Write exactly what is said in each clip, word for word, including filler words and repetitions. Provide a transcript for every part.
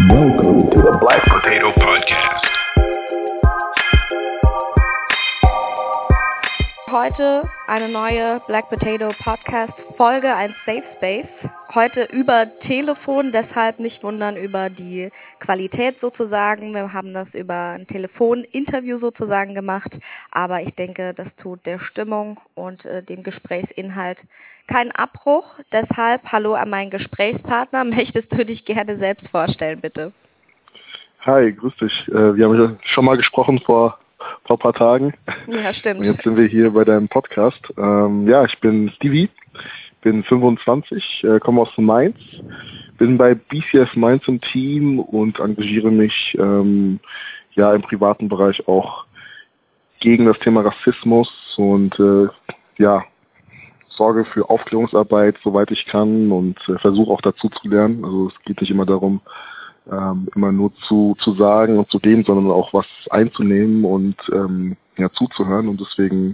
Welcome to the Black Potato Podcast. Heute eine neue Black Potato Podcast Folge, ein Safe Space. Heute über Telefon, deshalb nicht wundern über die Qualität sozusagen. Wir haben das über ein Telefoninterview sozusagen gemacht, aber ich denke, das tut der Stimmung und äh, dem Gesprächsinhalt keinen Abbruch. Deshalb hallo an meinen Gesprächspartner. Möchtest du dich gerne selbst vorstellen, bitte? Hi, grüß dich. Äh, wir haben ja schon mal gesprochen vor vor ein paar Tagen. Ja, stimmt. Und jetzt sind wir hier bei deinem Podcast. Ähm, ja, ich bin Stevie, bin fünfundzwanzig, äh, komme aus Mainz, bin bei B C F Mainz im Team und engagiere mich ähm, ja im privaten Bereich auch gegen das Thema Rassismus und äh, ja, sorge für Aufklärungsarbeit, soweit ich kann und äh, versuche auch dazu zu lernen. Also es geht nicht immer darum, Ähm, immer nur zu zu sagen und zu geben, sondern auch was einzunehmen und ähm, ja zuzuhören, und deswegen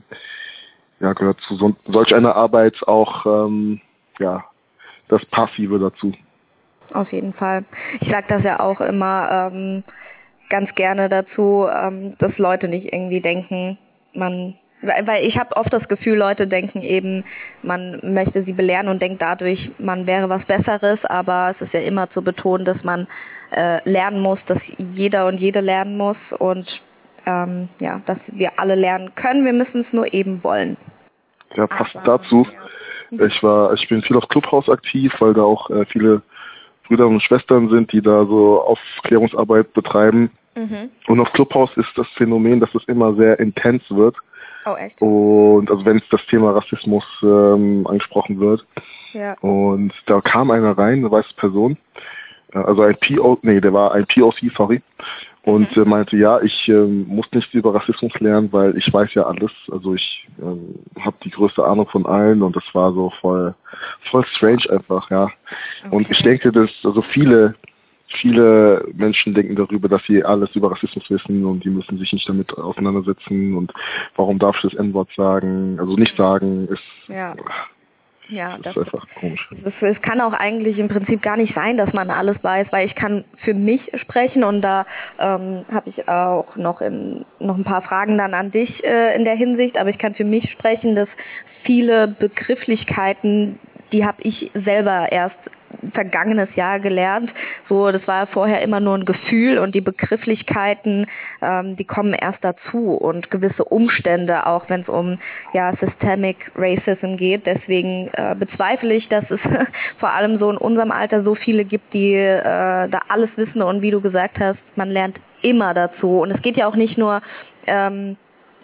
ja gehört zu so, solch einer Arbeit auch ähm, ja das Passive dazu. Auf jeden Fall. Ich sage das ja auch immer ähm, ganz gerne dazu, ähm, dass Leute nicht irgendwie denken, man, weil, weil ich habe oft das Gefühl, Leute denken eben, man möchte sie belehren und denkt dadurch, man wäre was Besseres, aber es ist ja immer zu betonen, dass man äh, lernen muss, dass jeder und jede lernen muss und ähm, ja, dass wir alle lernen können, wir müssen es nur eben wollen. Ja, passt dazu. Ja. Ich war, ich bin viel auf Clubhouse aktiv, weil da auch äh, viele Brüder und Schwestern sind, die da so Aufklärungsarbeit betreiben. Mhm. Und auf Clubhouse ist das Phänomen, dass es immer sehr intens wird. Oh, echt? Und also wenn es das Thema Rassismus ähm, angesprochen wird. Ja. Und da kam einer rein, eine weiße Person, also ein P O, nee, der war ein P O C, sorry, und mhm. äh, meinte, ja, ich ähm, muss nicht über Rassismus lernen, weil ich weiß ja alles, also ich ähm, habe die größte Ahnung von allen, und das war so voll, voll strange einfach, ja. Okay. Und ich denke, dass also viele, viele Menschen denken darüber, dass sie alles über Rassismus wissen und die müssen sich nicht damit auseinandersetzen, und warum darf ich das En-Wort sagen, also nicht sagen, ist... Ja. Ja, das, das ist einfach komisch. Es, es kann auch eigentlich im Prinzip gar nicht sein, dass man alles weiß, weil ich kann für mich sprechen, und da ähm, habe ich auch noch in, noch ein paar Fragen dann an dich äh, in der Hinsicht, aber ich kann für mich sprechen, dass viele Begrifflichkeiten, die habe ich selber erst vergangenes Jahr gelernt. So, das war vorher immer nur ein Gefühl, und die Begrifflichkeiten, ähm, die kommen erst dazu, und gewisse Umstände, auch wenn es um ja Systemic Racism geht. Deswegen äh, bezweifle ich, dass es vor allem so in unserem Alter so viele gibt, die äh, da alles wissen, und wie du gesagt hast, man lernt immer dazu. Und es geht ja auch nicht nur ähm,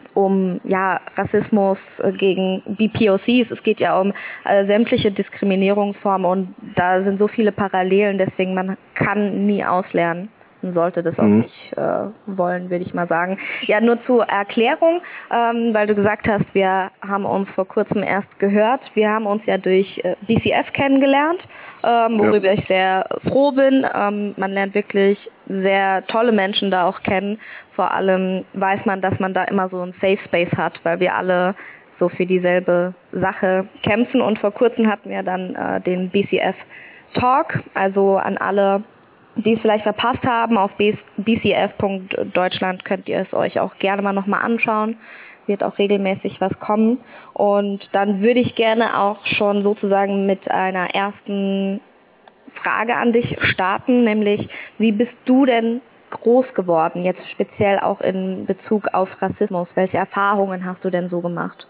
um ja Rassismus gegen B P O Cs, es geht ja um äh, sämtliche Diskriminierungsformen, und da sind so viele Parallelen, deswegen man kann nie auslernen und sollte das auch mhm. nicht äh, wollen, würde ich mal sagen. Ja, nur zur Erklärung, ähm, weil du gesagt hast, wir haben uns vor kurzem erst gehört, wir haben uns ja durch äh, B C F kennengelernt, ähm, worüber ja. ich sehr froh bin. Ähm, man lernt wirklich sehr tolle Menschen da auch kennen. Vor allem weiß man, dass man da immer so einen Safe Space hat, weil wir alle so für dieselbe Sache kämpfen. Und vor kurzem hatten wir dann äh, den B C F Talk, also an alle, die es vielleicht verpasst haben, auf b c f punkt deutschland könnt ihr es euch auch gerne mal nochmal anschauen. Wird auch regelmäßig was kommen. Und dann würde ich gerne auch schon sozusagen mit einer ersten Frage an dich starten, nämlich, wie bist du denn groß geworden, jetzt speziell auch in Bezug auf Rassismus? Welche Erfahrungen hast du denn so gemacht?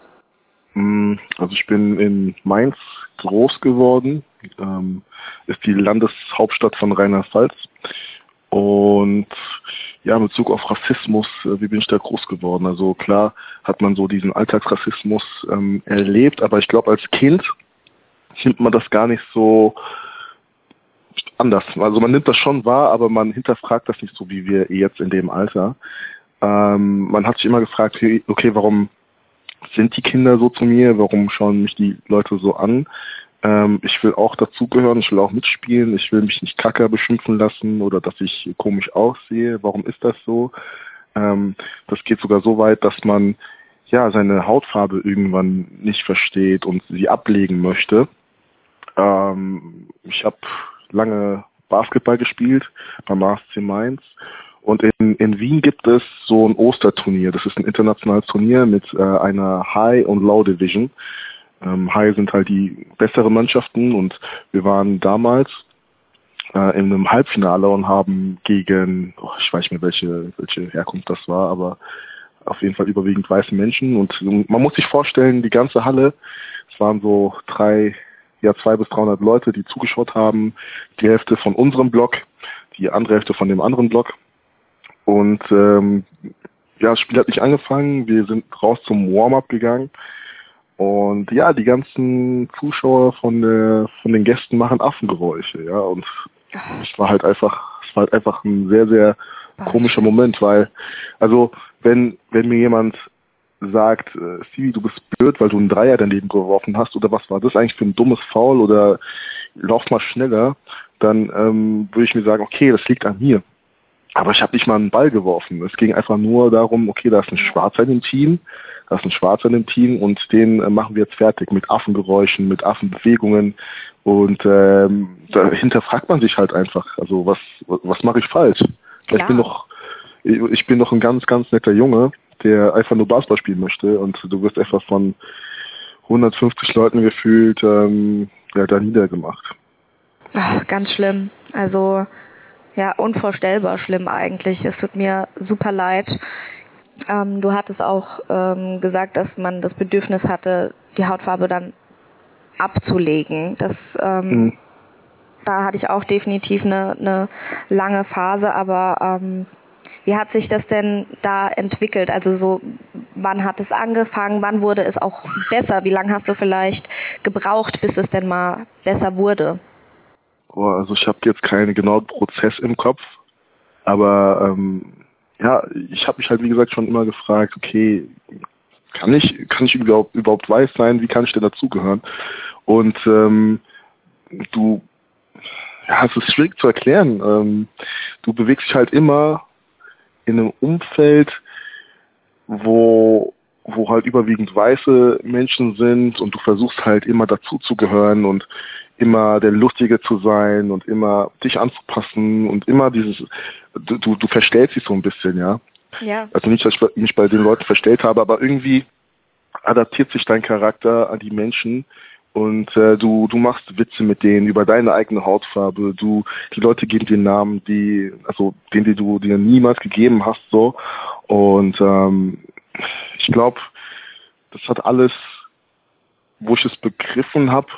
Also ich bin in Mainz groß geworden, ähm, ist die Landeshauptstadt von Rheinland-Pfalz, und ja, in Bezug auf Rassismus, äh, wie bin ich da groß geworden? Also klar hat man so diesen Alltagsrassismus ähm, erlebt, aber ich glaube, als Kind nimmt man das gar nicht so anders. Also man nimmt das schon wahr, aber man hinterfragt das nicht so wie wir jetzt in dem Alter. Ähm, man hat sich immer gefragt, okay, warum sind die Kinder so zu mir? Warum schauen mich die Leute so an? Ähm, ich will auch dazugehören, ich will auch mitspielen, ich will mich nicht Kacker beschimpfen lassen oder dass ich komisch aussehe. Warum ist das so? Ähm, das geht sogar so weit, dass man ja seine Hautfarbe irgendwann nicht versteht und sie ablegen möchte. Ähm, ich habe lange Basketball gespielt beim A S C Mainz. Und in, in Wien gibt es so ein Osterturnier. Das ist ein internationales Turnier mit äh, einer High- und Low-Division. Ähm, High sind halt die besseren Mannschaften und wir waren damals äh, in einem Halbfinale und haben gegen, oh, ich weiß nicht mehr, welche, welche Herkunft das war, aber auf jeden Fall überwiegend weiße Menschen. Und man muss sich vorstellen, die ganze Halle, es waren so drei, ja zwei bis dreihundert Leute, die zugeschaut haben. Die Hälfte von unserem Block, die andere Hälfte von dem anderen Block. Und ähm, ja, das Spiel hat nicht angefangen. Wir sind raus zum Warm-up gegangen. Und ja, die ganzen Zuschauer von der, von den Gästen machen Affengeräusche, ja. Und es war halt einfach, es war halt einfach ein sehr, sehr komischer Moment, weil, also wenn, wenn mir jemand sagt, äh, Stevie, du bist blöd, weil du einen Dreier daneben geworfen hast, oder was war das eigentlich für ein dummes Foul, oder lauf mal schneller, dann ähm, würde ich mir sagen, okay, das liegt an mir. Aber ich habe nicht mal einen Ball geworfen. Es ging einfach nur darum, okay, da ist ein Schwarzer in dem Team, da ist ein Schwarzer in dem Team und den äh, machen wir jetzt fertig mit Affengeräuschen, mit Affenbewegungen und ähm, dahinter fragt man sich halt einfach, also was was mache ich falsch? Ich bin noch ich bin noch ein ganz, ganz netter Junge, der einfach nur Basketball spielen möchte und du wirst einfach von hundertfünfzig Leuten gefühlt ähm, ja, da niedergemacht. Ach, ganz schlimm. Also ja, unvorstellbar schlimm eigentlich. Es tut mir super leid. Ähm, du hattest auch ähm, gesagt, dass man das Bedürfnis hatte, die Hautfarbe dann abzulegen. Das, ähm, mhm. Da hatte ich auch definitiv eine, eine lange Phase, aber ähm, wie hat sich das denn da entwickelt? Also so, wann hat es angefangen? Wann wurde es auch besser? Wie lange hast du vielleicht gebraucht, bis es denn mal besser wurde? Oh, also ich habe jetzt keinen genauen Prozess im Kopf, aber ähm, ja, ich habe mich halt wie gesagt schon immer gefragt, okay, kann ich kann ich überhaupt überhaupt weiß sein? Wie kann ich denn dazugehören? Und ähm, du, ja, es ist schwierig zu erklären. Ähm, du bewegst dich halt immer in einem Umfeld, wo wo halt überwiegend weiße Menschen sind und du versuchst halt immer dazuzugehören und immer der Lustige zu sein und immer dich anzupassen und immer dieses, du, du verstellst dich so ein bisschen, ja. Ja. Also nicht, dass ich mich bei den Leuten verstellt habe, aber irgendwie adaptiert sich dein Charakter an die Menschen und äh, du du machst Witze mit denen über deine eigene Hautfarbe, du die Leute geben dir Namen, die also den, die du dir niemals gegeben hast, so und ähm, ich glaube, das hat alles, wo ich es begriffen habe,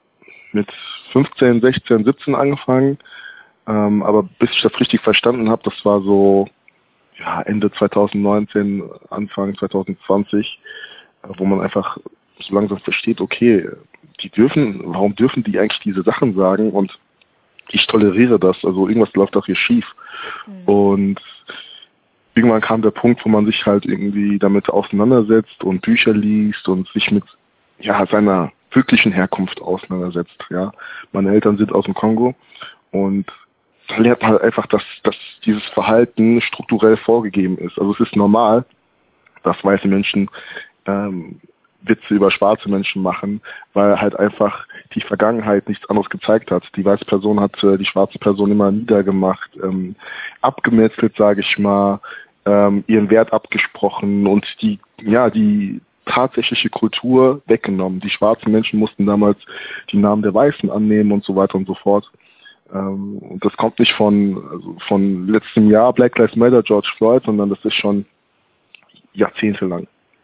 mit fünfzehn, sechzehn, siebzehn angefangen, ähm, aber bis ich das richtig verstanden habe, das war so ja, Ende zwanzig neunzehn, Anfang zwanzig zwanzig, wo man einfach so langsam versteht, okay, die dürfen, warum dürfen die eigentlich diese Sachen sagen und ich toleriere das, also irgendwas läuft doch hier schief. Mhm. Und irgendwann kam der Punkt, wo man sich halt irgendwie damit auseinandersetzt und Bücher liest und sich mit ja seiner wirklichen Herkunft auseinandersetzt. Ja, meine Eltern sind aus dem Kongo und da lernt man halt einfach, dass, dass dieses Verhalten strukturell vorgegeben ist. Also es ist normal, dass weiße Menschen ähm, Witze über schwarze Menschen machen, weil halt einfach die Vergangenheit nichts anderes gezeigt hat. Die weiße Person hat äh, die schwarze Person immer niedergemacht, ähm, abgemetzelt, sage ich mal, ähm, ihren Wert abgesprochen und die, ja, die tatsächliche Kultur weggenommen. Die schwarzen Menschen mussten damals die Namen der Weißen annehmen und so weiter und so fort. Ähm, und das kommt nicht von, also von letztem Jahr Black Lives Matter, George Floyd, sondern das ist schon jahrzehntelang.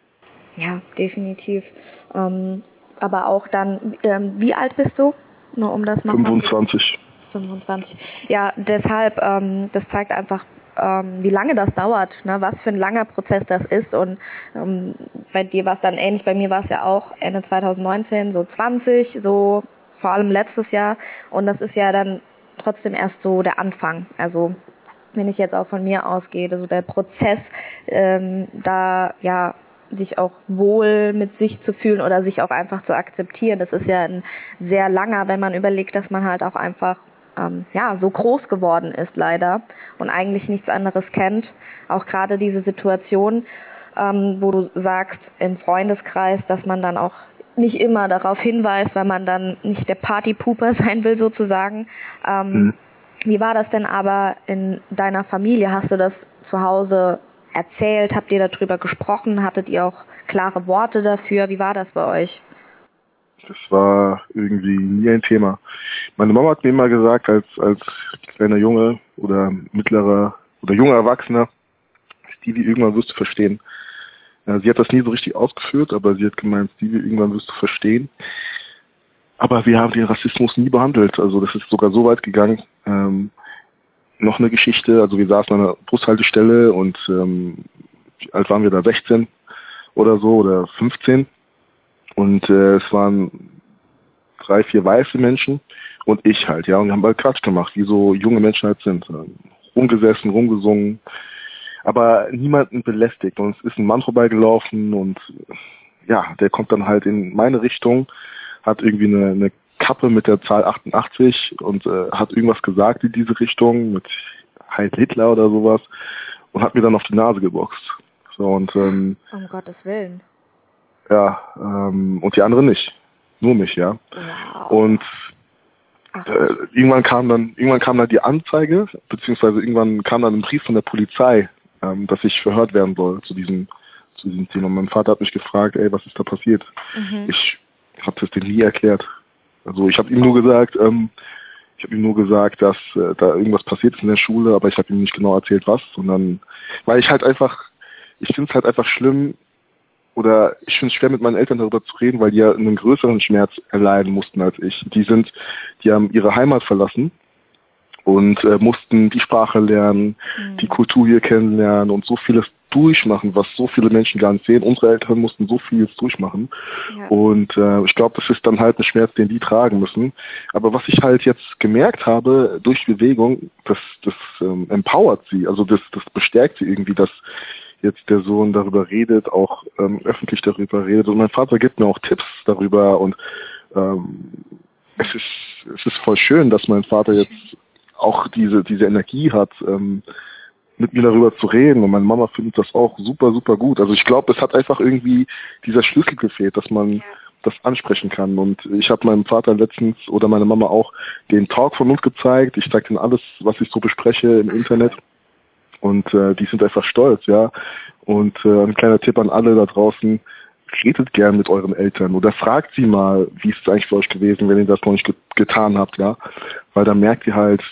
Ja, definitiv. Ähm, aber auch dann, ähm, wie alt bist du? Nur um das noch fünfundzwanzig. fünfundzwanzig. Ja, deshalb, ähm, das zeigt einfach, ähm, wie lange das dauert, ne? Was für ein langer Prozess das ist. Und ähm, bei dir war es dann ähnlich, bei mir war es ja auch Ende zwanzig neunzehn, so zwanzig, so vor allem letztes Jahr. Und das ist ja dann trotzdem erst so der Anfang. Also wenn ich jetzt auch von mir ausgehe, so der Prozess, ähm, da ja sich auch wohl mit sich zu fühlen oder sich auch einfach zu akzeptieren, das ist ja ein sehr langer, wenn man überlegt, dass man halt auch einfach ähm, ja so groß geworden ist leider und eigentlich nichts anderes kennt. Auch gerade diese Situation, ähm, wo du sagst im Freundeskreis, dass man dann auch nicht immer darauf hinweist, weil man dann nicht der Partypooper sein will sozusagen. Ähm, mhm. Wie war das denn aber in deiner Familie? Hast du das zu Hause erzählt? Habt ihr darüber gesprochen? Hattet ihr auch klare Worte dafür? Wie war das bei euch? Das war irgendwie nie ein Thema. Meine Mama hat mir immer gesagt, als als kleiner Junge oder mittlerer oder junger Erwachsener, Stevie, irgendwann wirst du verstehen. Ja, sie hat das nie so richtig ausgeführt, aber sie hat gemeint, Stevie, irgendwann wirst du verstehen. Aber wir haben den Rassismus nie behandelt. Also das ist sogar so weit gegangen. Ähm, noch eine Geschichte, also wir saßen an einer Bushaltestelle und ähm, wie alt waren wir da, sechzehn oder so oder fünfzehn. Und äh, es waren drei, vier weiße Menschen und ich halt, ja. Und wir haben bald Quatsch gemacht, wie so junge Menschen halt sind. Rumgesessen, rumgesungen, aber niemanden belästigt. Und es ist ein Mann vorbeigelaufen und ja, der kommt dann halt in meine Richtung, hat irgendwie eine, eine Kappe mit der Zahl achtundachtzig und äh, hat irgendwas gesagt in diese Richtung mit Heil Hitler oder sowas und hat mir dann auf die Nase geboxt. So und ähm, Um Gottes Willen. ja, ähm, und die anderen nicht. Nur mich, ja. Wow. Und äh, irgendwann kam dann, irgendwann kam dann die Anzeige, beziehungsweise irgendwann kam dann ein Brief von der Polizei, ähm, dass ich verhört werden soll zu diesem, zu diesem Thema. Mein Vater hat mich gefragt, ey, was ist da passiert? Mhm. Ich habe das dem nie erklärt. Also ich habe ihm nur gesagt, ähm, ich habe ihm nur gesagt, dass äh, da irgendwas passiert ist in der Schule, aber ich habe ihm nicht genau erzählt, was. Sondern, weil ich halt einfach, ich finde es halt einfach schlimm, oder ich finde es schwer, mit meinen Eltern darüber zu reden, weil die ja einen größeren Schmerz erleiden mussten als ich. Die sind, die haben ihre Heimat verlassen und äh, mussten die Sprache lernen, mhm. die Kultur hier kennenlernen und so vieles durchmachen, was so viele Menschen gar nicht sehen. Unsere Eltern mussten so vieles durchmachen. Ja. Und äh, ich glaube, das ist dann halt ein Schmerz, den die tragen müssen. Aber was ich halt jetzt gemerkt habe durch Bewegung, das, das ähm, empowert sie, also das, das bestärkt sie irgendwie, dass jetzt der Sohn darüber redet, auch ähm, öffentlich darüber redet. Und mein Vater gibt mir auch Tipps darüber. Und ähm, es ist es ist voll schön, dass mein Vater jetzt auch diese diese Energie hat, ähm, mit mir darüber zu reden. Und meine Mama findet das auch super, super gut. Also ich glaube, es hat einfach irgendwie dieser Schlüssel gefehlt, dass man das ansprechen kann. Und ich habe meinem Vater letztens oder meiner Mama auch den Talk von uns gezeigt. Ich zeige ihnen alles, was ich so bespreche im Internet. Und äh, die sind einfach stolz, ja. Und äh, ein kleiner Tipp an alle da draußen, redet gern mit euren Eltern oder fragt sie mal, wie ist es eigentlich für euch gewesen, wenn ihr das noch nicht get- getan habt, ja. Weil dann merkt ihr halt,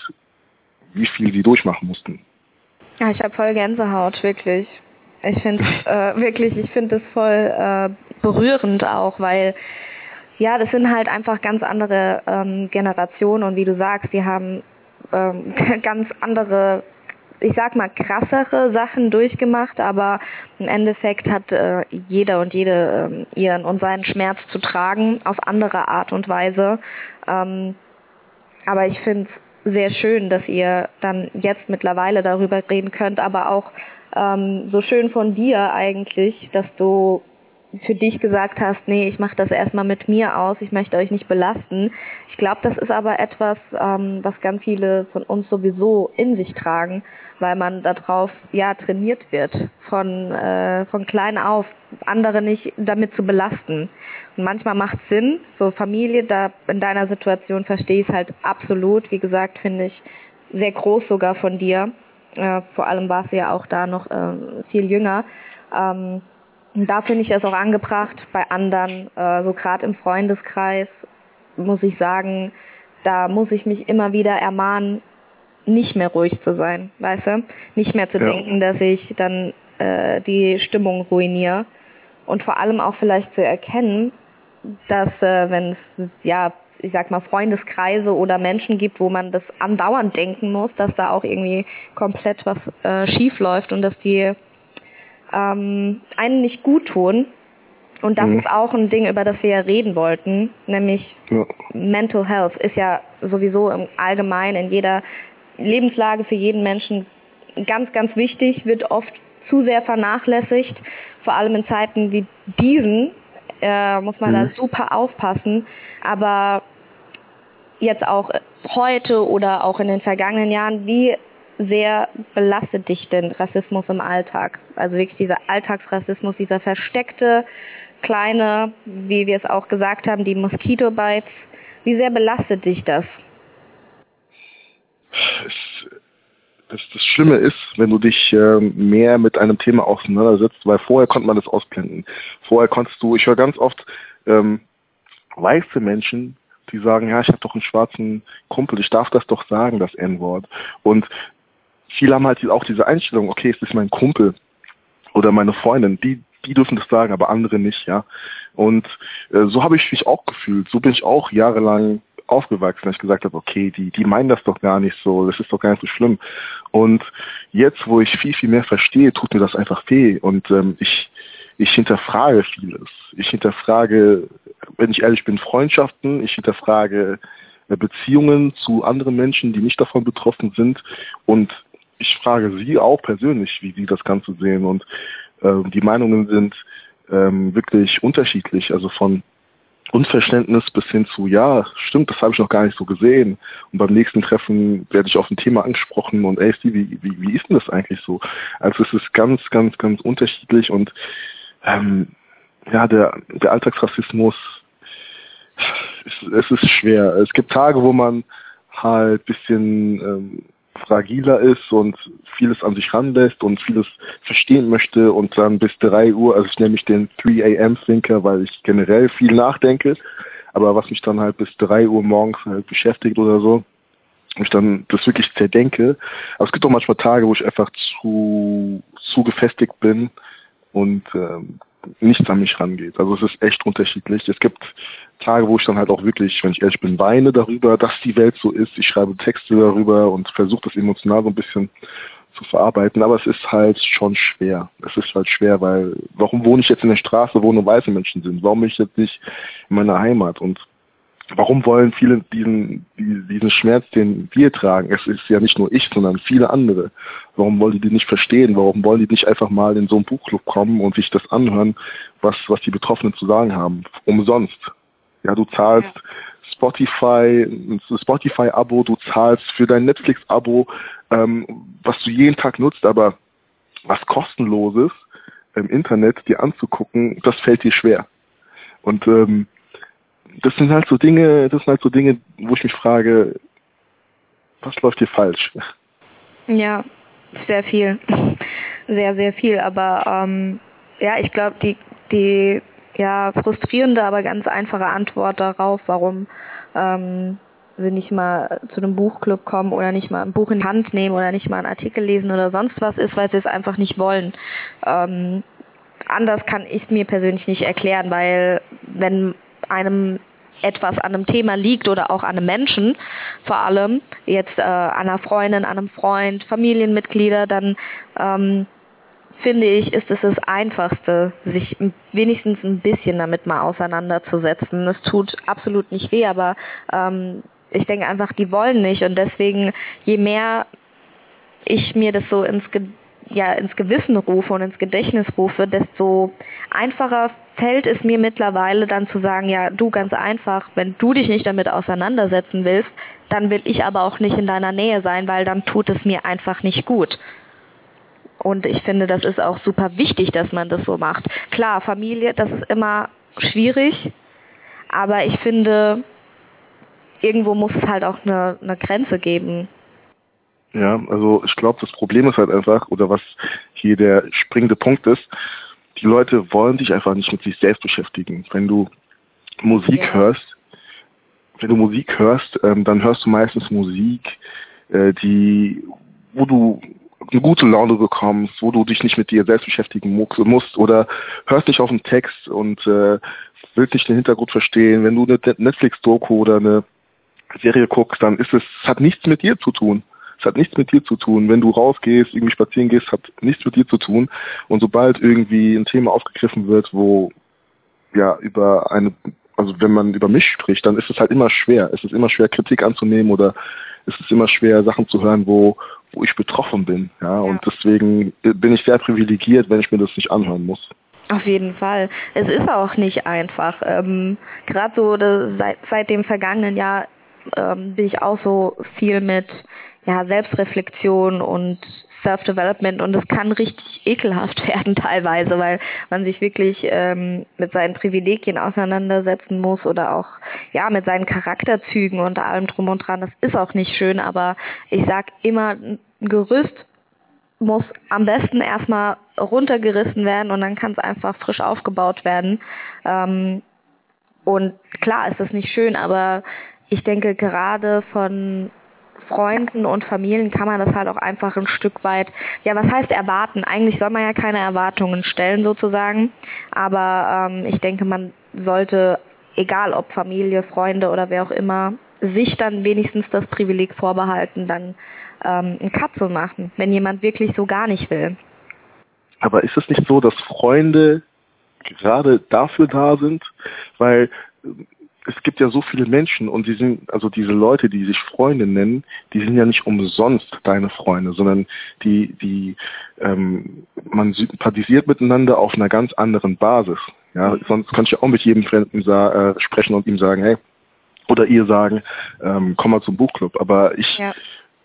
wie viel sie durchmachen mussten. Ja, ich habe voll Gänsehaut, wirklich. Ich finde äh, wirklich, ich finde es voll äh, berührend auch, weil ja, das sind halt einfach ganz andere ähm, Generationen und wie du sagst, die haben ähm, ganz andere, ich sag mal, krassere Sachen durchgemacht, aber im Endeffekt hat äh, jeder und jede äh, ihren und seinen Schmerz zu tragen, auf andere Art und Weise. Ähm, aber ich finde es sehr schön, dass ihr dann jetzt mittlerweile darüber reden könnt, aber auch ähm, so schön von dir eigentlich, dass du für dich gesagt hast, nee, ich mache das erstmal mit mir aus, ich möchte euch nicht belasten. Ich glaube, das ist aber etwas, ähm, was ganz viele von uns sowieso in sich tragen, weil man darauf ja trainiert wird, von äh, von klein auf, andere nicht damit zu belasten. Und manchmal macht es Sinn, so Familie, da in deiner Situation verstehe ich es halt absolut. Wie gesagt, finde ich sehr groß sogar von dir. Äh, vor allem warst du ja auch da noch äh, viel jünger. Ähm, Und da finde ich es auch angebracht, bei anderen, äh, so gerade im Freundeskreis, muss ich sagen, da muss ich mich immer wieder ermahnen, nicht mehr ruhig zu sein, weißt du? Nicht mehr zu ja. denken, dass ich dann äh, die Stimmung ruiniere. Und vor allem auch vielleicht zu erkennen, dass äh, wenn es, ja, ich sag mal, Freundeskreise oder Menschen gibt, wo man das andauernd denken muss, dass da auch irgendwie komplett was äh, schief läuft und dass die ähm, einen nicht gut tun. Und das mhm. ist auch ein Ding, über das wir ja reden wollten, nämlich ja. Mental Health ist ja sowieso im Allgemeinen in jeder Lebenslage für jeden Menschen ganz, ganz wichtig, wird oft zu sehr vernachlässigt. Vor allem in Zeiten wie diesen äh, muss man mhm. da super aufpassen. Aber jetzt auch heute oder auch in den vergangenen Jahren, wie sehr belastet dich denn Rassismus im Alltag? Also wirklich dieser Alltagsrassismus, dieser versteckte, kleine, wie wir es auch gesagt haben, die Mosquito-Bites. Wie sehr belastet dich das? Es, das, das Schlimme ist, wenn du dich äh, mehr mit einem Thema auseinandersetzt, weil vorher konnte man das ausblenden. Vorher konntest du, ich höre ganz oft ähm, weiße Menschen, die sagen, ja, ich habe doch einen schwarzen Kumpel, ich darf das doch sagen, das En-Wort. Und viele haben halt auch diese Einstellung, okay, es ist mein Kumpel oder meine Freundin, die die dürfen das sagen, aber andere nicht, ja. Und äh, so habe ich mich auch gefühlt. So bin ich auch jahrelang aufgewachsen, dass ich gesagt habe, okay, die die meinen das doch gar nicht so, das ist doch gar nicht so schlimm. Und jetzt, wo ich viel, viel mehr verstehe, tut mir das einfach weh. Und ähm, ich ich hinterfrage vieles. Ich hinterfrage, wenn ich ehrlich bin, Freundschaften. Ich hinterfrage äh, Beziehungen zu anderen Menschen, die nicht davon betroffen sind. Und ich frage Sie auch persönlich, wie Sie das Ganze sehen. Und ähm, die Meinungen sind ähm, wirklich unterschiedlich. Also von Unverständnis bis hin zu, ja, stimmt, das habe ich noch gar nicht so gesehen. Und beim nächsten Treffen werde ich auf ein Thema angesprochen und ey, Steve, wie, wie, wie ist denn das eigentlich so? Also es ist ganz, ganz, ganz unterschiedlich und ähm, ja, der, der Alltagsrassismus, es, es ist schwer. Es gibt Tage, wo man halt bisschen ähm, fragiler ist und vieles an sich ranlässt und vieles verstehen möchte und dann bis drei Uhr, also ich nenne mich den drei a m Thinker, weil ich generell viel nachdenke, aber was mich dann halt bis drei Uhr morgens halt beschäftigt oder so, wo ich dann das wirklich zerdenke. Aber es gibt auch manchmal Tage, wo ich einfach zu, zu gefestigt bin und ähm, nichts an mich rangeht. Also es ist echt unterschiedlich. Es gibt Tage, wo ich dann halt auch wirklich, wenn ich ehrlich bin, weine darüber, dass die Welt so ist. Ich schreibe Texte darüber und versuche das emotional so ein bisschen zu verarbeiten. Aber es ist halt schon schwer. Es ist halt schwer, weil warum wohne ich jetzt in der Straße, wo nur weiße Menschen sind? Warum bin ich jetzt nicht in meiner Heimat? Und warum wollen viele diesen, diesen Schmerz, den wir tragen? Es ist ja nicht nur ich, sondern viele andere. Warum wollen die die nicht verstehen? Warum wollen die nicht einfach mal in so einen Buchclub kommen und sich das anhören, was, was die Betroffenen zu sagen haben? Umsonst. Ja, du zahlst ja. Spotify, ein Spotify-Abo, du zahlst für dein Netflix-Abo, ähm, was du jeden Tag nutzt, aber was kostenloses im Internet dir anzugucken, das fällt dir schwer. Und ähm, das sind halt so Dinge, das sind halt so Dinge, wo ich mich frage, was läuft hier falsch? Ja, sehr viel. Sehr, sehr viel. Aber ähm, ja, ich glaube, die, die ja frustrierende, aber ganz einfache Antwort darauf, warum ähm, wir nicht mal zu einem Buchclub kommen oder nicht mal ein Buch in die Hand nehmen oder nicht mal einen Artikel lesen oder sonst was ist, weil sie es einfach nicht wollen. Ähm, anders kann ich es mir persönlich nicht erklären, weil wenn einem etwas an einem Thema liegt oder auch an einem Menschen, vor allem jetzt äh, an einer Freundin, an einem Freund, Familienmitglieder, dann ähm, finde ich, ist es das Einfachste, sich wenigstens ein bisschen damit mal auseinanderzusetzen. Es tut absolut nicht weh, aber ähm, ich denke einfach, die wollen nicht und deswegen, je mehr ich mir das so ins Ge- ja, ins Gewissen rufe und ins Gedächtnis rufe, desto einfacher fällt es mir mittlerweile dann zu sagen, ja, du, ganz einfach, wenn du dich nicht damit auseinandersetzen willst, dann will ich aber auch nicht in deiner Nähe sein, weil dann tut es mir einfach nicht gut. Und ich finde, das ist auch super wichtig, dass man das so macht. Klar, Familie, das ist immer schwierig, aber ich finde, irgendwo muss es halt auch eine, eine Grenze geben. Ja, also ich glaube, das Problem ist halt einfach, oder was hier der springende Punkt ist, die Leute wollen sich einfach nicht mit sich selbst beschäftigen. Wenn du Musik ja. hörst, wenn du Musik hörst, ähm, dann hörst du meistens Musik, äh, die, wo du eine gute Laune bekommst, wo du dich nicht mit dir selbst beschäftigen musst oder hörst nicht auf den Text und äh, willst nicht den Hintergrund verstehen. Wenn du eine Netflix-Doku oder eine Serie guckst, dann ist es, es hat nichts mit dir zu tun. Es hat nichts mit dir zu tun. Wenn du rausgehst, irgendwie spazieren gehst, hat nichts mit dir zu tun. Und sobald irgendwie ein Thema aufgegriffen wird, wo ja über eine, also wenn man über mich spricht, dann ist es halt immer schwer. Es ist immer schwer, Kritik anzunehmen oder es ist immer schwer, Sachen zu hören, wo wo ich betroffen bin. Ja, ja. Und deswegen bin ich sehr privilegiert, wenn ich mir das nicht anhören muss. Auf jeden Fall. Es ist auch nicht einfach. Ähm, Gerade so de, seit, seit dem vergangenen Jahr ähm, bin ich auch so viel mit ja, Selbstreflexion und Self-Development und es kann richtig ekelhaft werden teilweise, weil man sich wirklich ähm, mit seinen Privilegien auseinandersetzen muss oder auch ja mit seinen Charakterzügen und allem drum und dran. Das ist auch nicht schön, aber ich sag immer, ein Gerüst muss am besten erstmal runtergerissen werden und dann kann es einfach frisch aufgebaut werden. Ähm, und klar ist das nicht schön, aber ich denke, gerade von Freunden und Familien kann man das halt auch einfach ein Stück weit, ja, was heißt erwarten? Eigentlich soll man ja keine Erwartungen stellen sozusagen, aber ähm, ich denke, man sollte, egal ob Familie, Freunde oder wer auch immer, sich dann wenigstens das Privileg vorbehalten, dann ähm, einen Cut zu machen, wenn jemand wirklich so gar nicht will. Aber ist es nicht so, dass Freunde gerade dafür da sind? Weil es gibt ja so viele Menschen und die sind, also diese Leute, die sich Freunde nennen, die sind ja nicht umsonst deine Freunde, sondern die, die, ähm, man sympathisiert miteinander auf einer ganz anderen Basis. Ja, mhm. Sonst kann ich ja auch mit jedem Fremden sa- äh, sprechen und ihm sagen, hey, oder ihr sagen, ähm, komm mal zum Buchclub. Aber ich ja.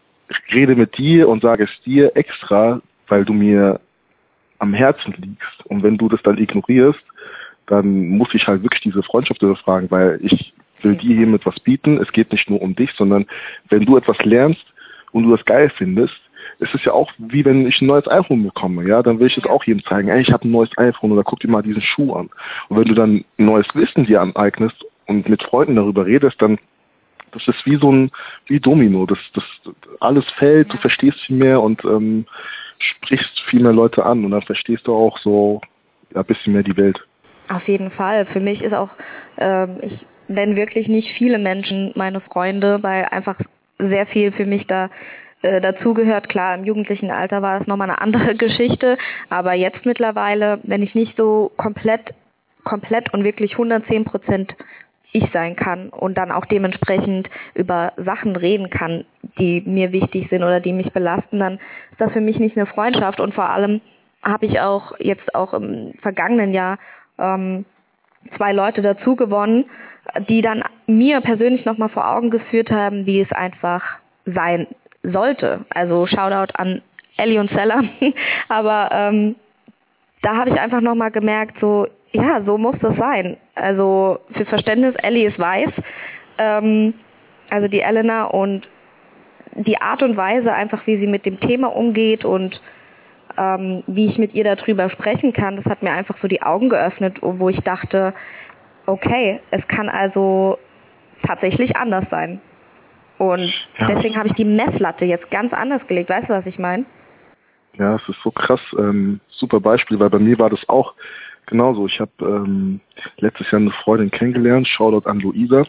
rede mit dir und sage es dir extra, weil du mir am Herzen liegst. Und wenn du das dann ignorierst, dann muss ich halt wirklich diese Freundschaft überfragen, weil ich will dir hiermit was bieten. Es geht nicht nur um dich, sondern wenn du etwas lernst und du das geil findest, ist es ja auch wie wenn ich ein neues iPhone bekomme, ja, dann will ich es auch jedem zeigen, ey, ich habe ein neues iPhone oder guck dir mal diesen Schuh an. Und wenn du dann ein neues Wissen dir aneignest und mit Freunden darüber redest, dann das ist wie so ein wie Domino, das das alles fällt, du verstehst viel mehr und ähm, sprichst viel mehr Leute an und dann verstehst du auch so ja, ein bisschen mehr die Welt. Auf jeden Fall. Für mich ist auch, ähm, ich nenne wirklich nicht viele Menschen meine Freunde, weil einfach sehr viel für mich da äh, dazugehört. Klar, im jugendlichen Alter war das nochmal eine andere Geschichte, aber jetzt mittlerweile, wenn ich nicht so komplett, komplett und wirklich hundertzehn Prozent ich sein kann und dann auch dementsprechend über Sachen reden kann, die mir wichtig sind oder die mich belasten, dann ist das für mich nicht eine Freundschaft. Und vor allem habe ich auch jetzt auch im vergangenen Jahr ähm, zwei Leute dazu gewonnen, die dann mir persönlich nochmal vor Augen geführt haben, wie es einfach sein sollte. Also Shoutout an Ellie und Sella. Aber ähm, da habe ich einfach nochmal gemerkt, so ja, so muss das sein. Also für Verständnis, Ellie ist weiß, ähm, also die Elena, und die Art und Weise einfach, wie sie mit dem Thema umgeht und ähm, wie ich mit ihr darüber sprechen kann, das hat mir einfach so die Augen geöffnet, wo ich dachte, okay, es kann also tatsächlich anders sein. Und ja. Deswegen habe ich die Messlatte jetzt ganz anders gelegt. Weißt du, was ich meine? Ja, es ist so krass. Ähm, super Beispiel, weil bei mir war das auch genauso. Ich habe ähm, letztes Jahr eine Freundin kennengelernt, Shoutout an Luisa.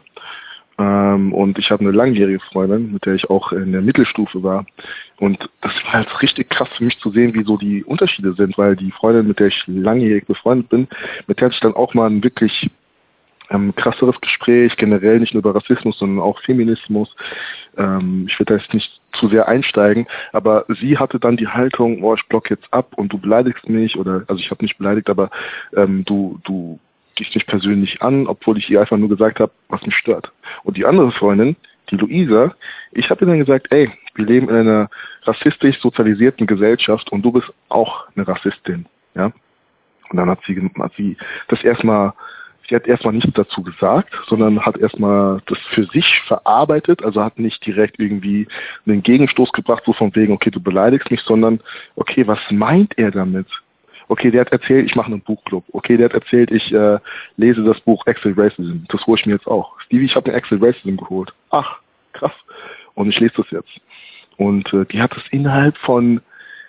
Ähm, und ich habe eine langjährige Freundin, mit der ich auch in der Mittelstufe war. Und das war halt richtig krass für mich zu sehen, wie so die Unterschiede sind, weil die Freundin, mit der ich langjährig befreundet bin, mit der hatte ich dann auch mal ein wirklich ähm, krasseres Gespräch, generell nicht nur über Rassismus, sondern auch Feminismus. Ähm, ich will da jetzt nicht zu sehr einsteigen, aber sie hatte dann die Haltung, oh, ich block jetzt ab und du beleidigst mich, oder, also ich habe nicht beleidigt, aber ähm, du, du gehst mich persönlich an, obwohl ich ihr einfach nur gesagt habe, was mich stört. Und die andere Freundin, die Luisa, ich habe ihr dann gesagt, ey, wir leben in einer rassistisch sozialisierten Gesellschaft und du bist auch eine Rassistin, ja. Und dann hat sie, hat sie das erstmal, sie hat erstmal nichts dazu gesagt, sondern hat erstmal das für sich verarbeitet, also hat nicht direkt irgendwie einen Gegenstoß gebracht, so von wegen, okay, du beleidigst mich, sondern, okay, was meint er damit? Okay, der hat erzählt, ich mache einen Buchclub. Okay, der hat erzählt, ich äh, lese das Buch Exit Racism. Das hole ich mir jetzt auch. Stevie, ich habe den Exit Racism geholt. Ach, krass. Und ich lese das jetzt. Und äh, die hat es innerhalb von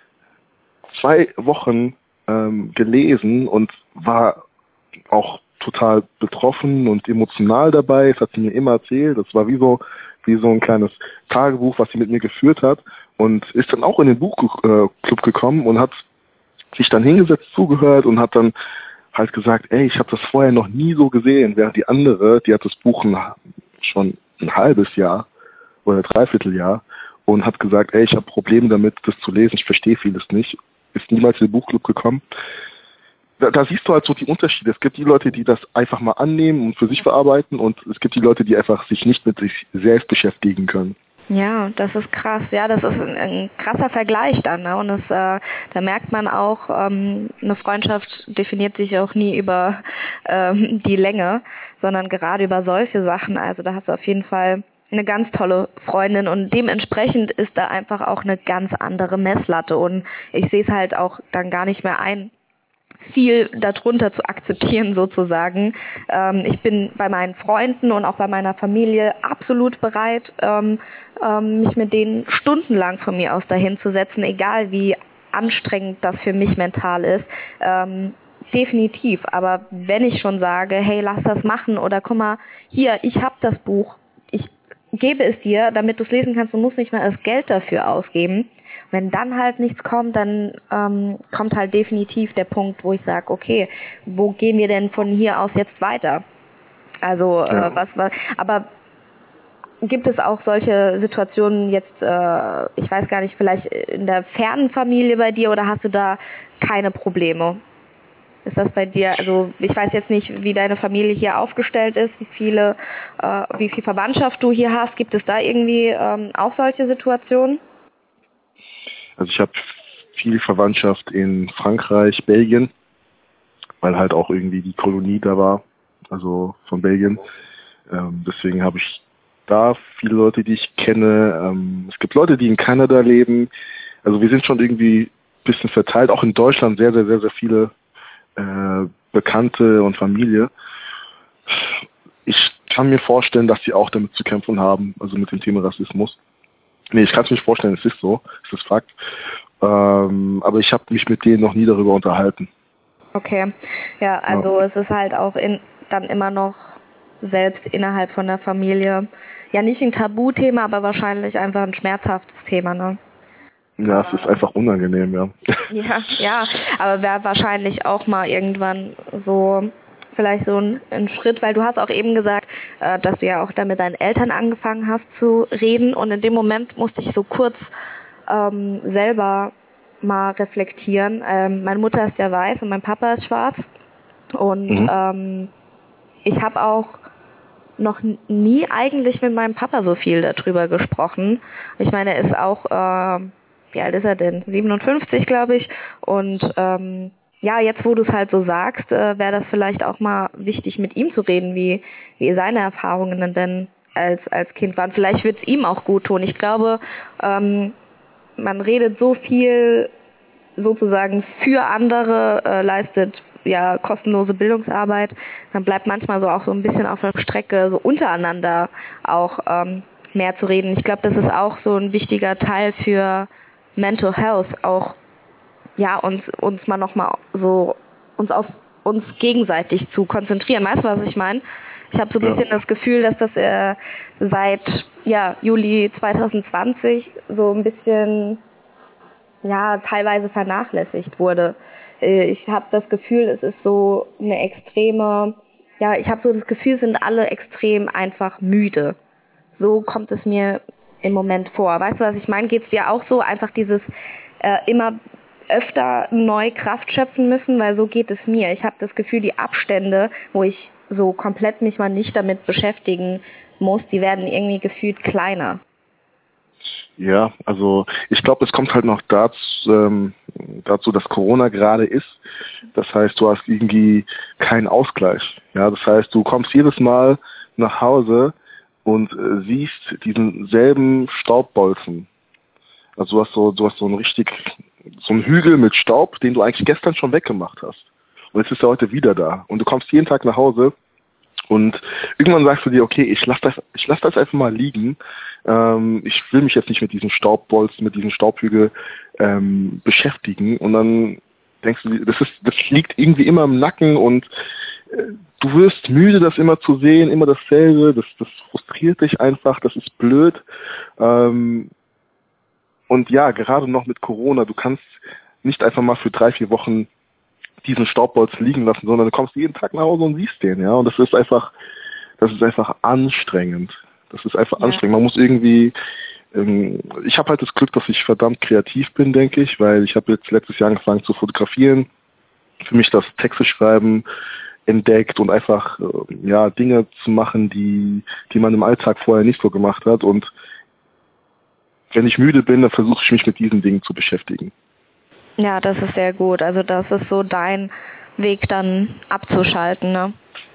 zwei Wochen ähm, gelesen und war auch total betroffen und emotional dabei. Das hat sie mir immer erzählt. Das war wie so, wie so ein kleines Tagebuch, was sie mit mir geführt hat. Und ist dann auch in den Buchclub gekommen und hat sich dann hingesetzt, zugehört und hat dann halt gesagt, ey, ich habe das vorher noch nie so gesehen, während die andere, die hat das Buch ein, schon ein halbes Jahr oder dreiviertel Jahr und hat gesagt, ey, ich habe Probleme damit, das zu lesen, ich verstehe vieles nicht, ist niemals in den Buchclub gekommen. Da, da siehst du halt so die Unterschiede. Es gibt die Leute, die das einfach mal annehmen und für sich verarbeiten, und es gibt die Leute, die einfach sich nicht mit sich selbst beschäftigen können. Ja, das ist krass. Ja, das ist ein, ein krasser Vergleich dann, ne? Und das, äh, da merkt man auch, ähm, eine Freundschaft definiert sich auch nie über ähm, die Länge, sondern gerade über solche Sachen. Also da hast du auf jeden Fall eine ganz tolle Freundin und dementsprechend ist da einfach auch eine ganz andere Messlatte und ich sehe es halt auch dann gar nicht mehr ein, viel darunter zu akzeptieren sozusagen. Ähm, ich bin bei meinen Freunden und auch bei meiner Familie absolut bereit, ähm, ähm, mich mit denen stundenlang von mir aus dahin zu setzen, egal wie anstrengend das für mich mental ist. Ähm, definitiv, aber wenn ich schon sage, hey, lass das machen oder guck mal, hier, ich habe das Buch, ich gebe es dir, damit du es lesen kannst, du musst nicht mehr das Geld dafür ausgeben. Wenn dann halt nichts kommt, dann ähm, kommt halt definitiv der Punkt, wo ich sage, okay, wo gehen wir denn von hier aus jetzt weiter? Also Ja. äh, was, was, aber gibt es auch solche Situationen jetzt, äh, ich weiß gar nicht, vielleicht in der fernen Familie bei dir oder hast du da keine Probleme? Ist das bei dir, also ich weiß jetzt nicht, wie deine Familie hier aufgestellt ist, wie viele, äh, wie viel Verwandtschaft du hier hast. Gibt es da irgendwie ähm, auch solche Situationen? Also ich habe viel Verwandtschaft in Frankreich, Belgien, weil halt auch irgendwie die Kolonie da war, also von Belgien. Ähm, deswegen habe ich da viele Leute, die ich kenne. Ähm, es gibt Leute, die in Kanada leben. Also wir sind schon irgendwie ein bisschen verteilt, auch in Deutschland sehr, sehr, sehr, sehr viele äh, Bekannte und Familie. Ich kann mir vorstellen, dass sie auch damit zu kämpfen haben, also mit dem Thema Rassismus. Nee, ich kann es mir nicht vorstellen, es ist so, es ist Fakt. Ähm, aber ich habe mich mit denen noch nie darüber unterhalten. Okay, ja, also Ja. es ist halt auch in, dann immer noch selbst innerhalb von der Familie, ja nicht ein Tabuthema, aber wahrscheinlich einfach ein schmerzhaftes Thema, ne? Ja, es ist einfach unangenehm, ja. Ja, ja, aber wäre wahrscheinlich auch mal irgendwann so vielleicht so ein, ein Schritt, weil du hast auch eben gesagt, äh, dass du ja auch dann mit deinen Eltern angefangen hast zu reden und in dem Moment musste ich so kurz ähm, selber mal reflektieren. Ähm, meine Mutter ist ja weiß und mein Papa ist schwarz und Mhm. ähm, ich habe auch noch nie eigentlich mit meinem Papa so viel darüber gesprochen. Ich meine, er ist auch, äh, wie alt ist er denn? siebenundfünfzig, glaube ich. Und ähm, ja, jetzt wo du es halt so sagst, äh, wäre das vielleicht auch mal wichtig, mit ihm zu reden, wie, wie seine Erfahrungen denn als, als Kind waren. Vielleicht wird es ihm auch gut tun. Ich glaube, ähm, man redet so viel sozusagen für andere, äh, leistet ja kostenlose Bildungsarbeit, dann bleibt manchmal so auch so ein bisschen auf der Strecke, so untereinander auch ähm, mehr zu reden. Ich glaube, das ist auch so ein wichtiger Teil für Mental Health, auch ja uns uns mal nochmal so uns auf uns gegenseitig zu konzentrieren. Weißt du, was ich meine? Ich habe so ein Ja. bisschen das Gefühl, dass das äh, seit ja Juli zwanzig zwanzig so ein bisschen ja teilweise vernachlässigt wurde. Ich habe das Gefühl, es ist so eine extreme, ja, ich habe so das Gefühl, sind alle extrem einfach müde. So kommt es mir im Moment vor. Weißt du, was ich meine? Geht es dir auch so? Einfach dieses äh, immer öfter neu Kraft schöpfen müssen, weil so geht es mir. Ich habe das Gefühl, die Abstände, wo ich so komplett mich mal nicht damit beschäftigen muss, die werden irgendwie gefühlt kleiner. Ja, also ich glaube, es kommt halt noch dazu, ähm, dazu, dass Corona gerade ist. Das heißt, du hast irgendwie keinen Ausgleich. Ja, das heißt, du kommst jedes Mal nach Hause und äh, siehst diesen selben Staubbolzen. Also du hast so, du hast so einen richtig, so einen Hügel mit Staub, den du eigentlich gestern schon weggemacht hast. Und jetzt ist er heute wieder da. Und du kommst jeden Tag nach Hause und irgendwann sagst du dir, okay, ich lass das, ich lass das einfach mal liegen. Ähm, ich will mich jetzt nicht mit diesem Staubbolzen, mit diesem Staubhügel ähm, beschäftigen. Und dann denkst du, das ist, das liegt irgendwie immer im Nacken und äh, du wirst müde, das immer zu sehen, immer dasselbe. Das, das frustriert dich einfach. Das ist blöd. Ähm, und ja, gerade noch mit Corona, du kannst nicht einfach mal für drei, vier Wochen diesen Staubbolzen liegen lassen, sondern du kommst jeden Tag nach Hause und siehst den, ja. Und das ist einfach, das ist einfach anstrengend. Das ist einfach ja. anstrengend. Man muss irgendwie, ähm, ich habe halt das Glück, dass ich verdammt kreativ bin, denke ich, weil ich habe jetzt letztes Jahr angefangen zu fotografieren, für mich das Texte schreiben entdeckt und einfach äh, ja Dinge zu machen, die die man im Alltag vorher nicht so gemacht hat. Und wenn ich müde bin, dann versuche ich mich mit diesen Dingen zu beschäftigen. Ja, das ist sehr gut. Also das ist so dein Weg dann abzuschalten, ne?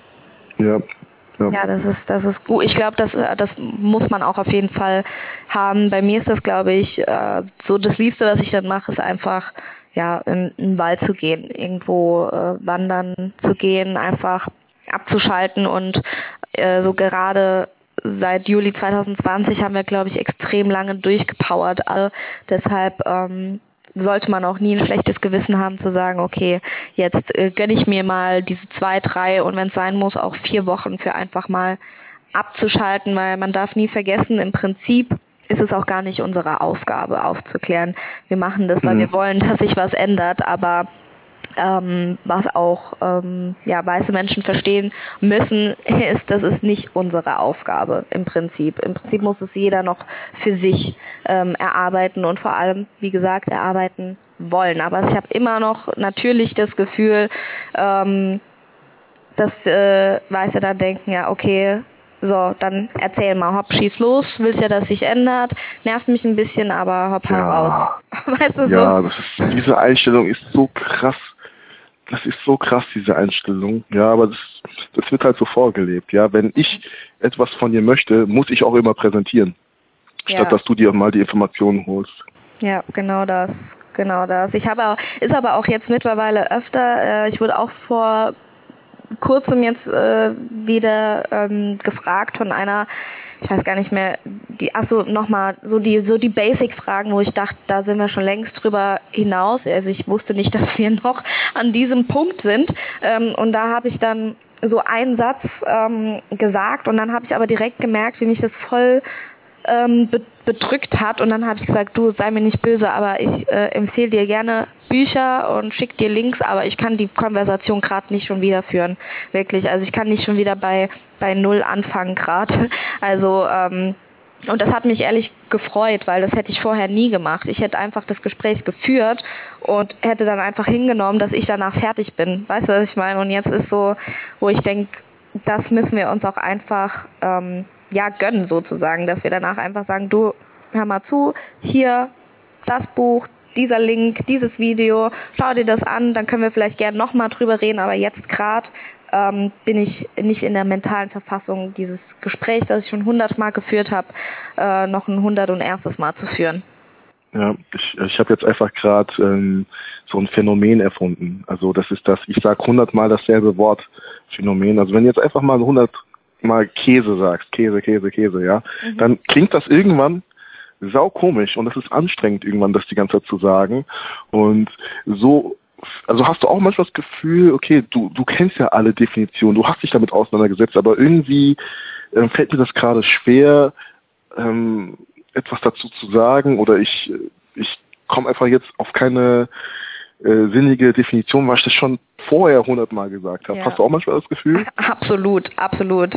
Ja. Ja. Ja, das ist das ist gut. Ich glaube, das das muss man auch auf jeden Fall haben. Bei mir ist das, glaube ich, äh, so das Liebste, was ich dann mache, ist einfach ja in, in den Wald zu gehen, irgendwo äh, wandern zu gehen, einfach abzuschalten und äh, so gerade seit Juli zwanzig zwanzig haben wir, glaube ich, extrem lange durchgepowert. Also deshalb ähm, sollte man auch nie ein schlechtes Gewissen haben zu sagen, okay, jetzt äh, gönne ich mir mal diese zwei, drei und wenn es sein muss, auch vier Wochen für einfach mal abzuschalten, weil man darf nie vergessen, im Prinzip ist es auch gar nicht unsere Aufgabe aufzuklären. Wir machen das, weil Mhm. wir wollen, dass sich was ändert, aber ähm, was auch ähm, ja, weiße Menschen verstehen müssen, ist, das ist nicht unsere Aufgabe im Prinzip. Im Prinzip muss es jeder noch für sich ähm, erarbeiten und vor allem, wie gesagt, erarbeiten wollen. Aber ich habe immer noch natürlich das Gefühl, ähm, dass äh, Weiße dann denken, ja okay, so, dann erzähl mal, hopp, schieß los, willst ja, dass sich ändert, nervt mich ein bisschen, aber hopp, hau Ja. raus. Weißt du, Ja, so? das ist, diese Einstellung ist so krass. Das ist so krass, diese Einstellung. Ja, aber das, das wird halt so vorgelebt. Ja, wenn ich etwas von dir möchte, muss ich auch immer präsentieren. Ja. Statt dass du dir mal die Informationen holst. Ja, genau das, genau das. Ich habe auch, ist aber auch jetzt mittlerweile öfter, äh, ich wurde auch vor kurzem jetzt äh, wieder ähm, gefragt von einer, ich weiß gar nicht mehr, die, ach so, nochmal, so die, so die Basic-Fragen, wo ich dachte, da sind wir schon längst drüber hinaus. Also ich wusste nicht, dass wir noch an diesem Punkt sind. Ähm, und da habe ich dann so einen Satz ähm, gesagt und dann habe ich aber direkt gemerkt, wie mich das voll ähm, be- bedrückt hat und dann habe ich gesagt, du, sei mir nicht böse, aber ich äh, empfehle dir gerne Bücher und schick dir Links, aber ich kann die Konversation gerade nicht schon wieder führen, wirklich, also ich kann nicht schon wieder bei bei Null anfangen gerade, also ähm, und das hat mich ehrlich gefreut, weil das hätte ich vorher nie gemacht. Ich hätte einfach das Gespräch geführt und hätte dann einfach hingenommen, dass ich danach fertig bin. Weißt du, was ich meine? Und jetzt ist so, wo ich denke, das müssen wir uns auch einfach ähm, ja gönnen sozusagen, dass wir danach einfach sagen, du, hör mal zu, hier das Buch, dieser Link, dieses Video, schau dir das an, dann können wir vielleicht gerne nochmal drüber reden, aber jetzt gerade ähm, bin ich nicht in der mentalen Verfassung, dieses Gespräch, das ich schon hundertmal geführt habe, äh, noch ein hundert und erstes Mal zu führen. Ja, ich, ich habe jetzt einfach gerade ähm, so ein Phänomen erfunden. Also das ist das, ich sage hundertmal dasselbe Wort, Phänomen. Also wenn du jetzt einfach mal hundert Mal Käse sagst, Käse, Käse, Käse, ja, mhm. dann klingt das irgendwann sau komisch und es ist anstrengend irgendwann, das die ganze Zeit zu sagen. Und so, also hast du auch manchmal das Gefühl, okay, du du kennst ja alle Definitionen, du hast dich damit auseinandergesetzt, aber irgendwie äh, fällt mir das gerade schwer, ähm, etwas dazu zu sagen oder ich ich komme einfach jetzt auf keine äh, sinnige Definition, weil ich das schon vorher hundertmal gesagt habe. Ja. Hast du auch manchmal das Gefühl? Absolut, absolut.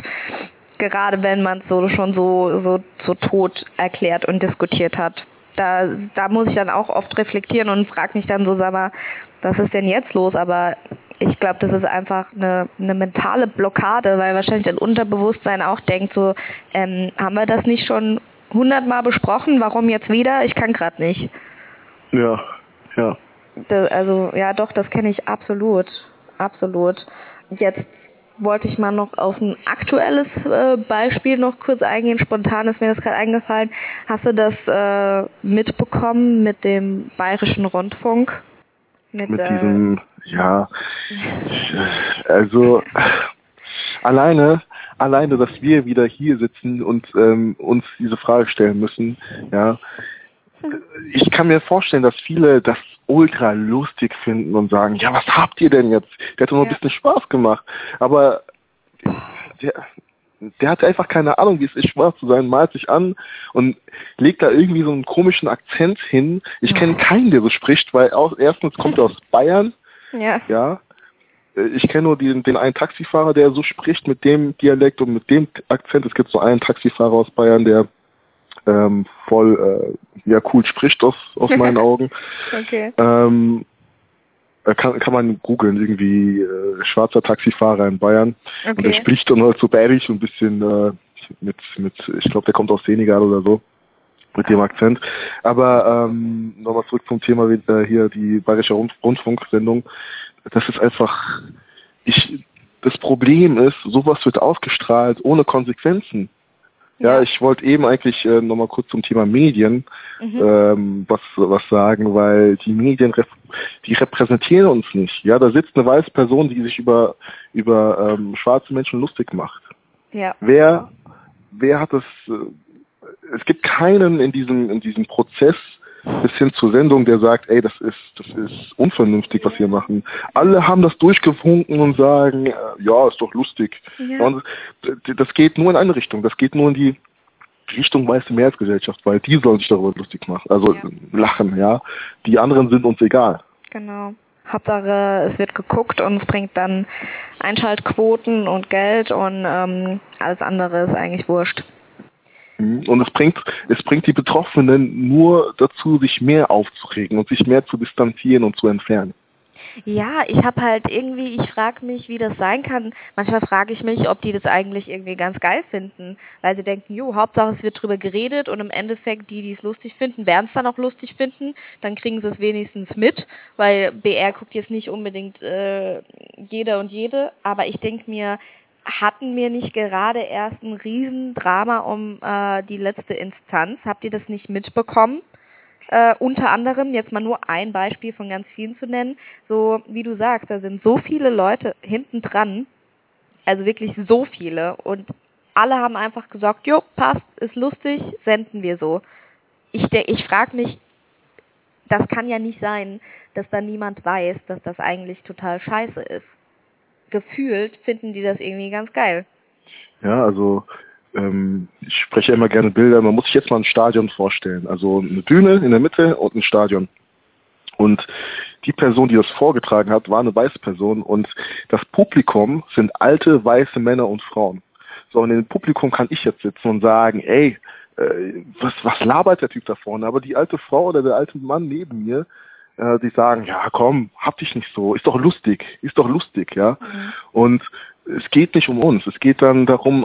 Gerade wenn man es so schon so so so tot erklärt und diskutiert hat. Da da muss ich dann auch oft reflektieren und frage mich dann so, sag mal, was ist denn jetzt los? Aber ich glaube, das ist einfach eine, eine mentale Blockade, weil wahrscheinlich dein Unterbewusstsein auch denkt so, ähm, haben wir das nicht schon hundertmal besprochen? Warum jetzt wieder? Ich kann gerade nicht. Ja, ja. Das, also ja, doch, das kenne ich absolut, absolut. Jetzt wollte ich mal noch auf ein aktuelles äh, Beispiel noch kurz eingehen. Spontan ist mir das gerade eingefallen. Hast du das äh, mitbekommen mit dem Bayerischen Rundfunk? Mit, mit diesem, äh, ja, also alleine, alleine, dass wir wieder hier sitzen und ähm, uns diese Frage stellen müssen, ja. Ich kann mir vorstellen, dass viele das ultra lustig finden und sagen, ja, was habt ihr denn jetzt? Der hat doch nur ja. ein bisschen Spaß gemacht. Aber der, der hat einfach keine Ahnung, wie es ist, schwarz zu sein, malt sich an und legt da irgendwie so einen komischen Akzent hin. Ich kenne keinen, der so spricht, weil auch, erstens kommt er aus Bayern. Ja. Ja. Ich kenne nur den, den einen Taxifahrer, der so spricht mit dem Dialekt und mit dem Akzent. Es gibt so einen Taxifahrer aus Bayern, der Ähm, voll äh, ja cool spricht aus, aus meinen Augen. Okay. Ähm, kann, kann man googeln, irgendwie äh, schwarzer Taxifahrer in Bayern. Okay. Und der spricht dann halt so bayerisch, so ein bisschen äh, mit, mit, ich glaube, der kommt aus Senegal oder so. mit dem Akzent. Aber ähm, nochmal zurück zum Thema äh, hier, die Bayerische Rund- Rundfunksendung. Das ist einfach, ich, das Problem ist, sowas wird ausgestrahlt ohne Konsequenzen. Ja, ja. Ich wollte eben eigentlich äh, nochmal kurz zum Thema Medien mhm. ähm, was was sagen, weil die Medien, die repräsentieren uns nicht. Ja, da sitzt eine weiße Person, die sich über über ähm, schwarze Menschen lustig macht. Ja. Wer wer hat das? Äh, es gibt keinen in diesem in diesem Prozess bis hin zur Sendung, der sagt, ey, das ist das ist unvernünftig, was wir machen. Alle haben das durchgewunken und sagen, äh, ja, ist doch lustig. Ja. Und das geht nur in eine Richtung. Das geht nur in die Richtung weiße Mehrheitsgesellschaft, weil die sollen sich darüber lustig machen. Also ja. lachen, ja. Die anderen sind uns egal. Genau. Hauptsache, es wird geguckt und es bringt dann Einschaltquoten und Geld und ähm, alles andere ist eigentlich wurscht. Und es bringt, es bringt die Betroffenen nur dazu, sich mehr aufzuregen und sich mehr zu distanzieren und zu entfernen. Ja, ich habe halt irgendwie, ich frage mich, wie das sein kann. Manchmal frage ich mich, ob die das eigentlich irgendwie ganz geil finden, weil sie denken, jo, Hauptsache es wird drüber geredet und im Endeffekt die, die es lustig finden, werden es dann auch lustig finden, dann kriegen sie es wenigstens mit, weil B R guckt jetzt nicht unbedingt äh, jeder und jede, aber ich denke mir, hatten wir nicht gerade erst ein Riesendrama um äh, die letzte Instanz? Habt ihr das nicht mitbekommen? Äh, unter anderem, jetzt mal nur ein Beispiel von ganz vielen zu nennen, so wie du sagst, da sind so viele Leute hinten dran, also wirklich so viele und alle haben einfach gesagt, jo, passt, ist lustig, senden wir so. Ich, ich frage mich, das kann ja nicht sein, dass da niemand weiß, dass das eigentlich total scheiße ist. Gefühlt finden die das irgendwie ganz geil. Ja, also ähm, ich spreche immer gerne Bilder. Man muss sich jetzt mal ein Stadion vorstellen. Also eine Bühne in der Mitte und ein Stadion. Und die Person, die das vorgetragen hat, war eine weiße Person. Und das Publikum sind alte, weiße Männer und Frauen. So, und in dem Publikum kann ich jetzt sitzen und sagen, ey, äh, was, was labert der Typ da vorne? Aber die alte Frau oder der alte Mann neben mir, die sagen, ja komm, hab dich nicht so, ist doch lustig, ist doch lustig, ja. Mhm. Und es geht nicht um uns, es geht dann darum,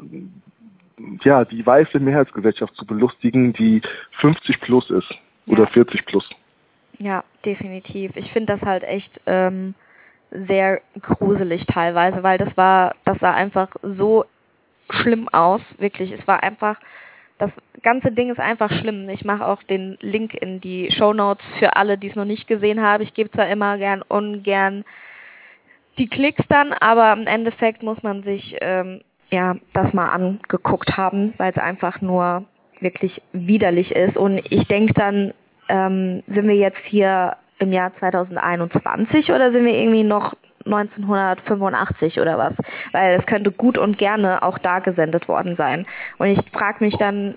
ja, die weiße Mehrheitsgesellschaft zu belustigen, die fünfzig plus ist ja. oder vierzig plus. Ja, definitiv. Ich finde das halt echt ähm, sehr gruselig teilweise, weil das war, das sah einfach so schlimm aus, wirklich. Es war einfach, das ganze Ding ist einfach schlimm. Ich mache auch den Link in die Shownotes für alle, die es noch nicht gesehen haben. Ich gebe zwar immer gern ungern die Klicks dann, aber im Endeffekt muss man sich ähm, ja das mal angeguckt haben, weil es einfach nur wirklich widerlich ist. Und ich denke dann, ähm, sind wir jetzt hier im Jahr zwanzig einundzwanzig oder sind wir irgendwie noch neunzehnhundertfünfundachtzig oder was? Weil es könnte gut und gerne auch da gesendet worden sein. Und ich frage mich dann,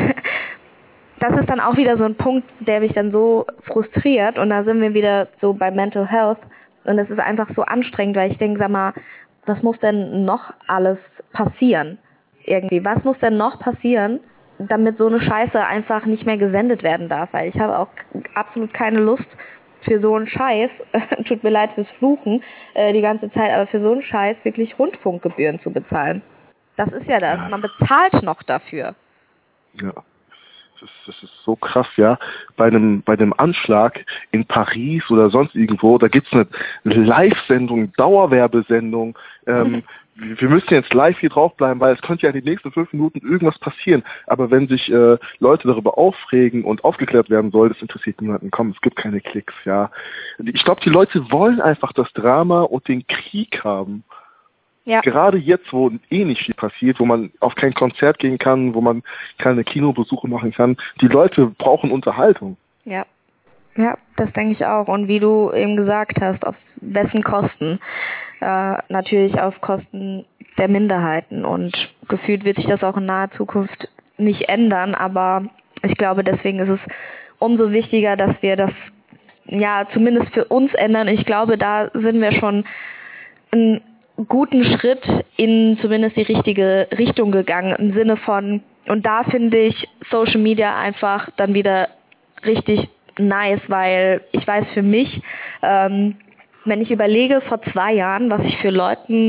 das ist dann auch wieder so ein Punkt, der mich dann so frustriert und da sind wir wieder so bei Mental Health und es ist einfach so anstrengend, weil ich denke, sag mal, was muss denn noch alles passieren? Irgendwie, was muss denn noch passieren, damit so eine Scheiße einfach nicht mehr gesendet werden darf? Weil ich habe auch absolut keine Lust für so einen Scheiß, tut mir leid fürs Fluchen, äh, die ganze Zeit, aber für so einen Scheiß wirklich Rundfunkgebühren zu bezahlen. Das ist ja das, man bezahlt noch dafür. Ja, das ist, das ist so krass, ja. Bei einem, bei einem Anschlag in Paris oder sonst irgendwo, da gibt's eine Live-Sendung, Dauerwerbesendung. Ähm, wir müssen jetzt live hier draufbleiben, weil es könnte ja in den nächsten fünf Minuten irgendwas passieren. Aber wenn sich äh, Leute darüber aufregen und aufgeklärt werden soll, das interessiert niemanden. Komm, es gibt keine Klicks, ja. Ich glaube, die Leute wollen einfach das Drama und den Krieg haben. Ja. Gerade jetzt, wo eh nicht viel passiert, wo man auf kein Konzert gehen kann, wo man keine Kinobesuche machen kann, die Leute brauchen Unterhaltung. Ja, ja, das denke ich auch. Und wie du eben gesagt hast, auf wessen Kosten? Äh, natürlich auf Kosten der Minderheiten. Und gefühlt wird sich das auch in naher Zukunft nicht ändern. Aber ich glaube, deswegen ist es umso wichtiger, dass wir das ja zumindest für uns ändern. Ich glaube, da sind wir schon ein guten Schritt in zumindest die richtige Richtung gegangen, im Sinne von, und da finde ich Social Media einfach dann wieder richtig nice, weil ich weiß für mich, ähm, wenn ich überlege, vor zwei Jahren, was ich für Leuten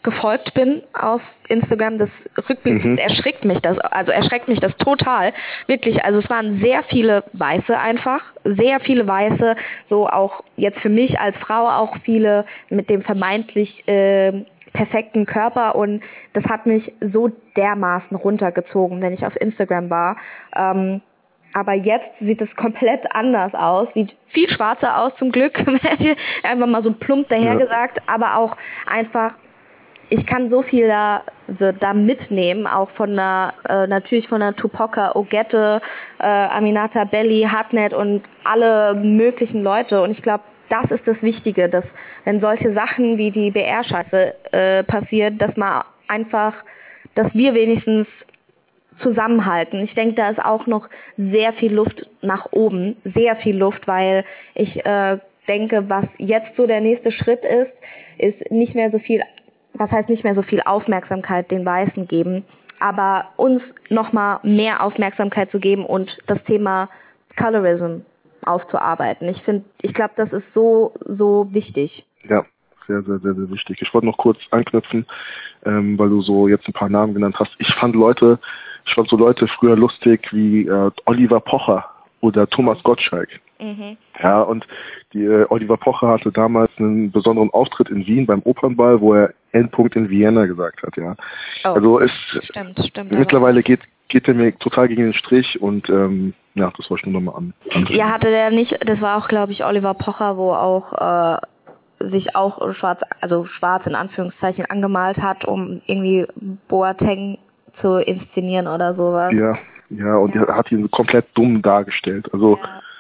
gefolgt bin auf Instagram, das rückblickend mhm. erschreckt mich das, also erschreckt mich das total, wirklich, also es waren sehr viele Weiße einfach, sehr viele Weiße, so auch jetzt für mich als Frau auch viele mit dem vermeintlich äh, perfekten Körper und das hat mich so dermaßen runtergezogen, wenn ich auf Instagram war. Ähm, aber jetzt sieht es komplett anders aus, sieht viel schwarzer aus zum Glück, einfach mal so plump daher ja. gesagt, aber auch einfach, ich kann so viel da, da mitnehmen, auch von der, äh, natürlich von der Tupoka Ogette, äh, Aminata Belli, Hartnett und alle möglichen Leute und ich glaube, das ist das Wichtige, dass wenn solche Sachen wie die B R-Scheiße äh, passiert, dass man einfach, dass wir wenigstens zusammenhalten. Ich denke, da ist auch noch sehr viel Luft nach oben, sehr viel Luft, weil ich äh, denke, was jetzt so der nächste Schritt ist, ist nicht mehr so viel, was heißt nicht mehr so viel Aufmerksamkeit den Weißen geben, aber uns nochmal mehr Aufmerksamkeit zu geben und das Thema Colorism aufzuarbeiten. Ich finde, ich glaube, das ist so, so wichtig. Ja, sehr, sehr, sehr, sehr wichtig. Ich wollte noch kurz anknüpfen, ähm, weil du so jetzt ein paar Namen genannt hast. Ich fand Leute, ich fand so Leute früher lustig wie äh, Oliver Pocher oder Thomas Gottschalk. Mhm. Ja, und die, äh, Oliver Pocher hatte damals einen besonderen Auftritt in Wien beim Opernball, wo er Endpunkt in Vienna gesagt hat, ja. Oh, also es stimmt, stimmt, mittlerweile geht geht er mir total gegen den Strich und ähm, ja, das wollte ich nur nochmal an. Anschauen. Ja, hatte der nicht, das war auch, glaube ich, Oliver Pocher, wo auch äh, sich auch schwarz, also schwarz in Anführungszeichen angemalt hat, um irgendwie Boateng zu inszenieren oder sowas. Ja, ja, und ja. er hat ihn komplett dumm dargestellt. Also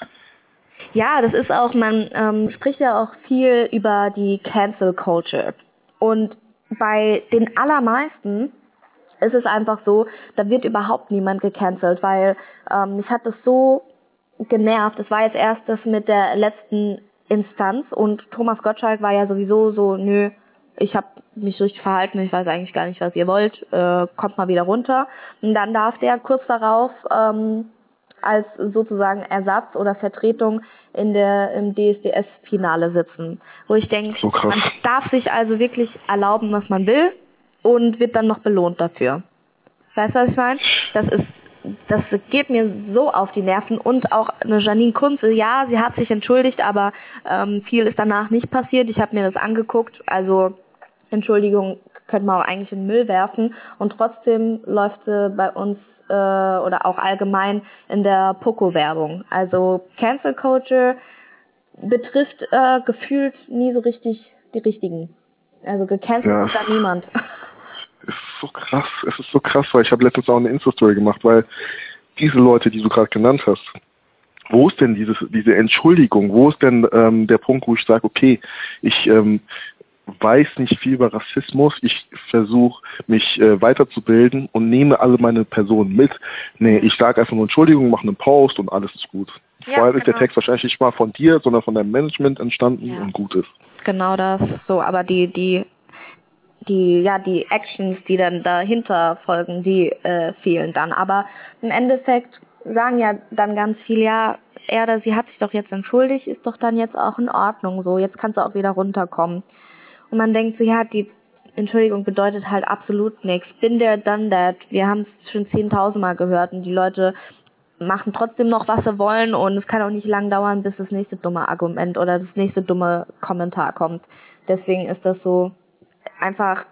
ja, ja das ist auch, man ähm, spricht ja auch viel über die Cancel Culture. Und bei den allermeisten ist es einfach so, da wird überhaupt niemand gecancelt, weil ähm, mich hat das so genervt. Es war jetzt erst das mit der letzten Instanz und Thomas Gottschalk war ja sowieso so, nö, ich habe mich richtig verhalten, ich weiß eigentlich gar nicht, was ihr wollt, äh, kommt mal wieder runter. Und dann darf der kurz darauf ähm, als sozusagen Ersatz oder Vertretung in der im D S D S-Finale sitzen. Wo ich denke, so man darf sich also wirklich erlauben, was man will und wird dann noch belohnt dafür. Weißt du, was ich meine? Das ist, das geht mir so auf die Nerven und auch eine Janine Kunze, ja, sie hat sich entschuldigt, aber ähm, viel ist danach nicht passiert. Ich habe mir das angeguckt, also Entschuldigung könnte man auch eigentlich in den Müll werfen und trotzdem läuft sie bei uns äh, oder auch allgemein in der Poco-Werbung. Also Cancel Culture betrifft äh, gefühlt nie so richtig die Richtigen. Also gecancelt ja. ist da niemand. Es ist so krass, es ist so krass, weil ich habe letztens auch eine Insta-Story gemacht, weil diese Leute, die du gerade genannt hast, wo ist denn dieses, diese Entschuldigung, wo ist denn ähm, der Punkt, wo ich sage, okay, ich ähm, weiß nicht viel über Rassismus, ich versuche mich äh, weiterzubilden und nehme alle meine Personen mit. Nee, ich sage einfach nur Entschuldigung, mache einen Post und alles ist gut. Ja, Vor allem genau. ist der Text wahrscheinlich nicht mal von dir, sondern von deinem Management entstanden ja. und gut ist. Genau das, so, aber die, die die, ja, die Actions, die dann dahinter folgen, die äh, fehlen dann. Aber im Endeffekt sagen ja dann ganz viel, ja, er oder sie hat sich doch jetzt entschuldigt, ist doch dann jetzt auch in Ordnung, so, jetzt kannst du auch wieder runterkommen. Und man denkt so, ja, die Entschuldigung bedeutet halt absolut nichts. Bin there, done that. Wir haben es schon zehntausendmal gehört und die Leute machen trotzdem noch, was sie wollen und es kann auch nicht lang dauern, bis das nächste dumme Argument oder das nächste dumme Kommentar kommt. Deswegen ist das so einfach,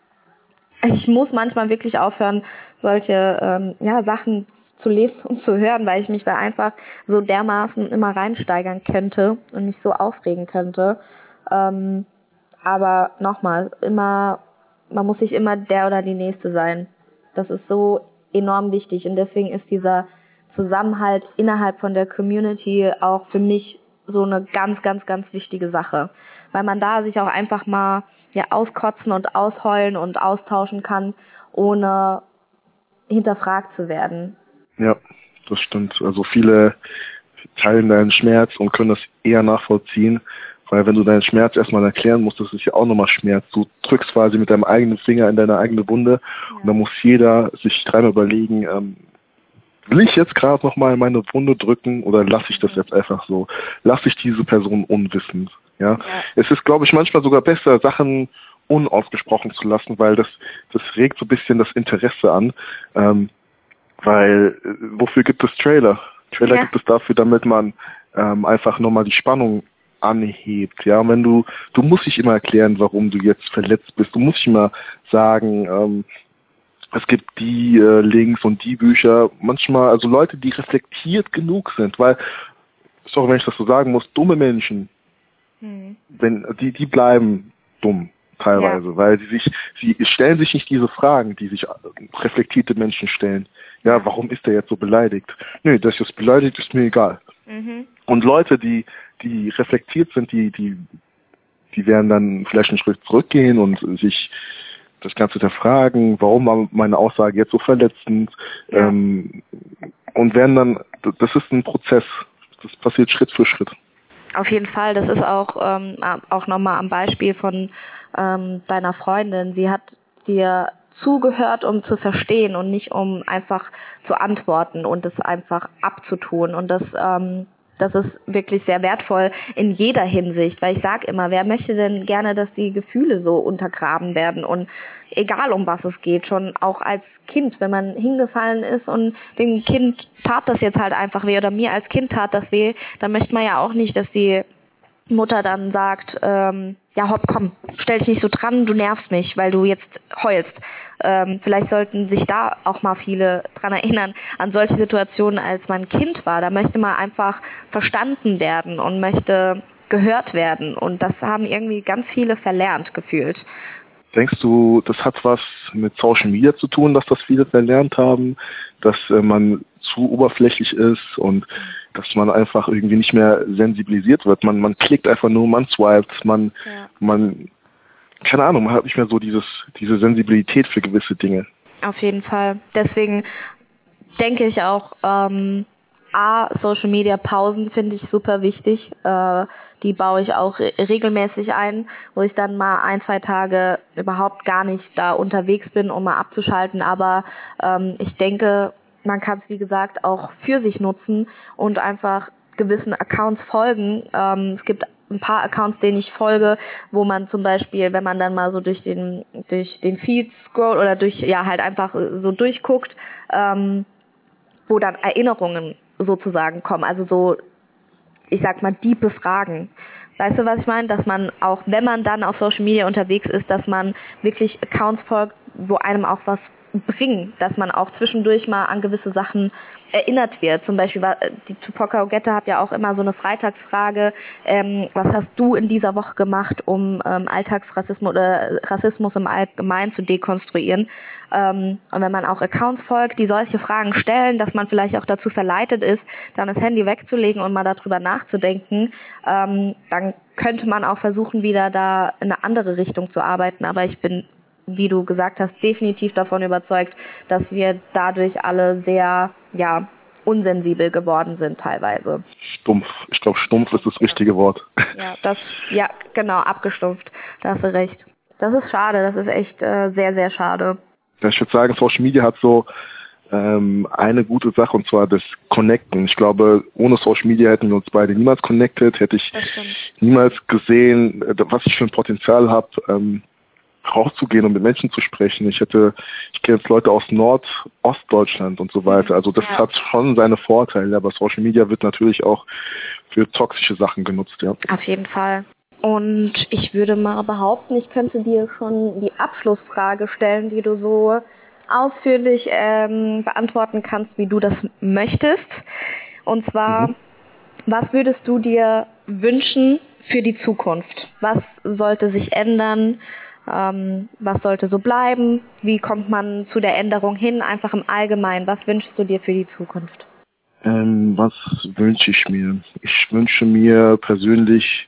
ich muss manchmal wirklich aufhören, solche ähm, ja, Sachen zu lesen und zu hören, weil ich mich da einfach so dermaßen immer reinsteigern könnte und mich so aufregen könnte. Ähm, aber nochmal, immer, man muss sich immer der oder die Nächste sein. Das ist so enorm wichtig und deswegen ist dieser Zusammenhalt innerhalb von der Community auch für mich so eine ganz, ganz, ganz wichtige Sache. Weil man da sich auch einfach mal ja auskotzen und ausheulen und austauschen kann, ohne hinterfragt zu werden. Ja, das stimmt. Also viele teilen deinen Schmerz und können das eher nachvollziehen, weil wenn du deinen Schmerz erstmal erklären musst, das ist ja auch nochmal Schmerz. Du drückst quasi mit deinem eigenen Finger in deine eigene Wunde ja. und dann muss jeder sich dreimal überlegen, ähm, will ich jetzt gerade nochmal in meine Wunde drücken oder lasse ich das jetzt einfach so? Lasse ich diese Person unwissend? Ja, ja. Es ist, glaube ich, manchmal sogar besser, Sachen unausgesprochen zu lassen, weil das, das regt so ein bisschen das Interesse an. Ähm, weil, äh, wofür gibt es Trailer? Trailer Ja. gibt es dafür, damit man ähm, einfach nochmal die Spannung anhebt. Ja, und wenn du, du musst nicht immer erklären, warum du jetzt verletzt bist. Du musst nicht immer sagen, ähm, es gibt die äh, Links und die Bücher. Manchmal, also Leute, die reflektiert genug sind, weil, sorry, wenn ich das so sagen muss, dumme Menschen, Hm. wenn die, die bleiben dumm teilweise, Ja. weil sie sich, sie stellen sich nicht diese Fragen, die sich reflektierte Menschen stellen. Ja, warum ist der jetzt so beleidigt? Nö, dass das beleidigt ist mir egal. Mhm. Und Leute, die, die reflektiert sind, die, die, die werden dann vielleicht einen Schritt zurückgehen und sich das Ganze hinterfragen, warum war meine Aussage jetzt so verletzend, Ja. ähm, und werden dann, das ist ein Prozess, das passiert Schritt für Schritt. Auf jeden Fall, das ist auch, ähm, auch nochmal am Beispiel von ähm, deiner Freundin. Sie hat dir zugehört, um zu verstehen und nicht um einfach zu antworten und es einfach abzutun. Und das, ähm, das ist wirklich sehr wertvoll in jeder Hinsicht, weil ich sage immer, wer möchte denn gerne, dass die Gefühle so untergraben werden und egal um was es geht, schon auch als Kind, wenn man hingefallen ist und dem Kind tat das jetzt halt einfach weh oder mir als Kind tat das weh, dann möchte man ja auch nicht, dass die Mutter dann sagt, ähm, ja hopp, komm, stell dich nicht so dran, du nervst mich, weil du jetzt heulst. Ähm, vielleicht sollten sich da auch mal viele dran erinnern, an solche Situationen, als man Kind war. Da möchte man einfach verstanden werden und möchte gehört werden. Und das haben irgendwie ganz viele verlernt gefühlt. Denkst du, das hat was mit Social Media zu tun, dass das viele verlernt haben, dass äh, man zu oberflächlich ist und dass man einfach irgendwie nicht mehr sensibilisiert wird? Man, man klickt einfach nur, man swiped, man, Ja. man, keine Ahnung, man hat nicht mehr so dieses, diese Sensibilität für gewisse Dinge. Auf jeden Fall. Deswegen denke ich auch, ähm, A, Social Media Pausen finde ich super wichtig. Äh, die baue ich auch re- regelmäßig ein, wo ich dann mal ein, zwei Tage überhaupt gar nicht da unterwegs bin, um mal abzuschalten. Aber ähm, ich denke, man kann es wie gesagt auch für sich nutzen und einfach gewissen Accounts folgen. Ähm, es gibt ein paar Accounts, denen ich folge, wo man zum Beispiel, wenn man dann mal so durch den durch den Feed scrollt oder durch ja halt einfach so durchguckt, ähm, wo dann Erinnerungen sozusagen kommen, also so, ich sag mal, diepe Fragen. Weißt du, was ich meine? Dass man auch, wenn man dann auf Social Media unterwegs ist, dass man wirklich Accounts folgt, wo einem auch was bringen, dass man auch zwischendurch mal an gewisse Sachen erinnert wird. Zum Beispiel, war- die Tupoka Ogette hat ja auch immer so eine Freitagsfrage, ähm, was hast du in dieser Woche gemacht, um ähm, Alltagsrassismus oder Rassismus im Allgemeinen zu dekonstruieren. Ähm, und wenn man auch Accounts folgt, die solche Fragen stellen, dass man vielleicht auch dazu verleitet ist, dann das Handy wegzulegen und mal darüber nachzudenken, ähm, dann könnte man auch versuchen, wieder da in eine andere Richtung zu arbeiten. Aber ich bin, wie du gesagt hast, definitiv davon überzeugt, dass wir dadurch alle sehr, ja, unsensibel geworden sind teilweise. Stumpf. Ich glaube, stumpf ist das richtige Wort. Ja, das, ja, genau, abgestumpft. Da hast du recht. Das ist schade, das ist echt äh, sehr, sehr schade. Ja, ich würde sagen, Social Media hat so ähm, eine gute Sache, und zwar das Connecten. Ich glaube, ohne Social Media hätten wir uns beide niemals connected, hätte ich Das stimmt. niemals gesehen, äh, was ich für ein Potenzial habe, ähm, rauszugehen und mit Menschen zu sprechen. Ich hätte, ich kenne jetzt Leute aus Nord-, Ostdeutschland und so weiter. Also das Ja. hat schon seine Vorteile, aber Social Media wird natürlich auch für toxische Sachen genutzt, ja. Auf jeden Fall. Und ich würde mal behaupten, ich könnte dir schon die Abschlussfrage stellen, die du so ausführlich ähm, beantworten kannst, wie du das möchtest. Und zwar, Mhm. was würdest du dir wünschen für die Zukunft? Was sollte sich ändern? Ähm, was sollte so bleiben? Wie kommt man zu der Änderung hin? Einfach im Allgemeinen, was wünschst du dir für die Zukunft? Ähm, was wünsche ich mir? Ich wünsche mir persönlich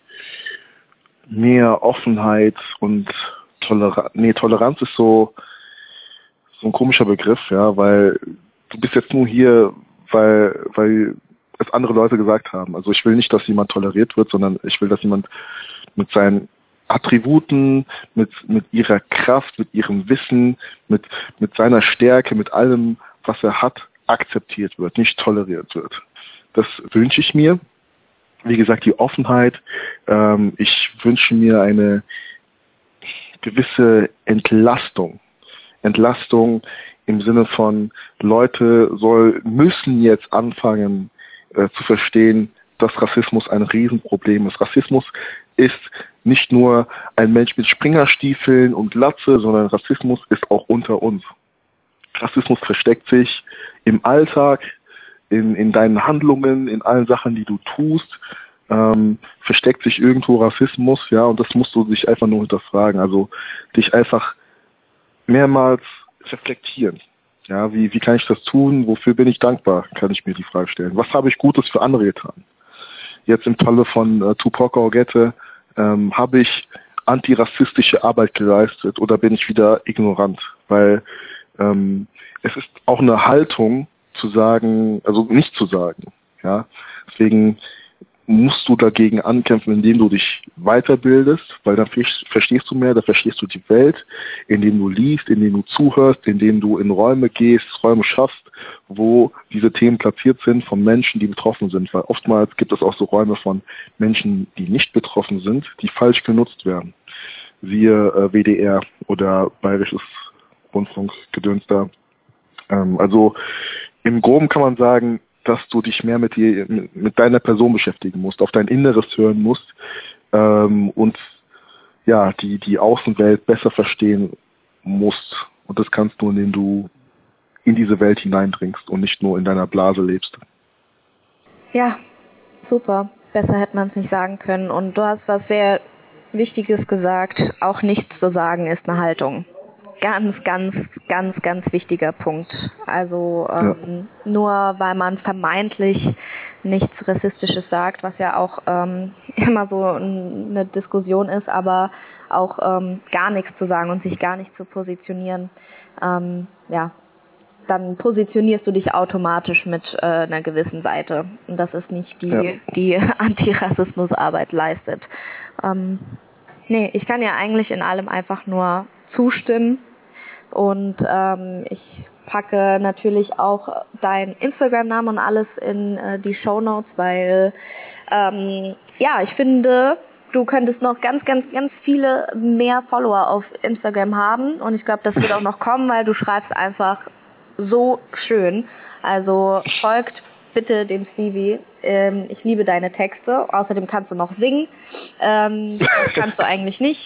mehr Offenheit und Toleranz. Nee, Toleranz ist so, so ein komischer Begriff, ja, weil du bist jetzt nur hier, weil, weil es andere Leute gesagt haben. Also ich will nicht, dass jemand toleriert wird, sondern ich will, dass jemand mit seinen Attributen, mit, mit ihrer Kraft, mit ihrem Wissen, mit, mit seiner Stärke, mit allem, was er hat, akzeptiert wird, nicht toleriert wird. Das wünsche ich mir. Wie gesagt, die Offenheit. Ähm, ich wünsche mir eine gewisse Entlastung. Entlastung im Sinne von, Leute soll, müssen jetzt anfangen äh, zu verstehen, dass Rassismus ein Riesenproblem ist. Rassismus ist nicht nur ein Mensch mit Springerstiefeln und Glatze, sondern Rassismus ist auch unter uns. Rassismus versteckt sich im Alltag, in, in deinen Handlungen, in allen Sachen, die du tust, ähm, versteckt sich irgendwo Rassismus, ja, und das musst du dich einfach nur hinterfragen. Also dich einfach mehrmals reflektieren. Ja, wie, wie kann ich das tun? Wofür bin ich dankbar? Kann ich mir die Frage stellen. Was habe ich Gutes für andere getan? Jetzt im Falle von äh, Tupac Ogette, ähm, habe ich antirassistische Arbeit geleistet oder bin ich wieder ignorant? Weil ähm, es ist auch eine Haltung zu sagen, also nicht zu sagen. Ja, deswegen musst du dagegen ankämpfen, indem du dich weiterbildest, weil dann verstehst du mehr, da verstehst du die Welt, indem du liest, indem du zuhörst, indem du in Räume gehst, Räume schaffst, wo diese Themen platziert sind von Menschen, die betroffen sind. Weil oftmals gibt es auch so Räume von Menschen, die nicht betroffen sind, die falsch genutzt werden. Siehe äh, W D R oder Bayerisches Rundfunkgedöns da. Ähm, also im Groben kann man sagen, dass du dich mehr mit dir, mit deiner Person beschäftigen musst, auf dein Inneres hören musst ähm, und ja, die, die Außenwelt besser verstehen musst. Und das kannst du, indem du in diese Welt hineindringst und nicht nur in deiner Blase lebst. Ja, super. Besser hätte man es nicht sagen können. Und du hast was sehr Wichtiges gesagt. Auch nichts zu sagen ist eine Haltung. Ganz, ganz, ganz, ganz wichtiger Punkt. Also ähm, ja. Nur weil man vermeintlich nichts Rassistisches sagt, was ja auch ähm, immer so eine Diskussion ist, aber auch ähm, gar nichts zu sagen und sich gar nicht zu positionieren, ähm, ja, dann positionierst du dich automatisch mit äh, einer gewissen Seite. Und das ist nicht die, ja. die Antirassismusarbeit leistet. Ähm, nee, ich kann ja eigentlich in allem einfach nur zustimmen. Und ähm, ich packe natürlich auch deinen Instagram-Namen und alles in äh, die Shownotes, weil ähm, ja, ich finde, du könntest noch ganz, ganz, ganz viele mehr Follower auf Instagram haben und ich glaube, das wird auch noch kommen, weil du schreibst einfach so schön. Also folgt bitte dem Stevie. Ähm, ich liebe deine Texte. Außerdem kannst du noch singen. Ähm, das kannst du eigentlich nicht.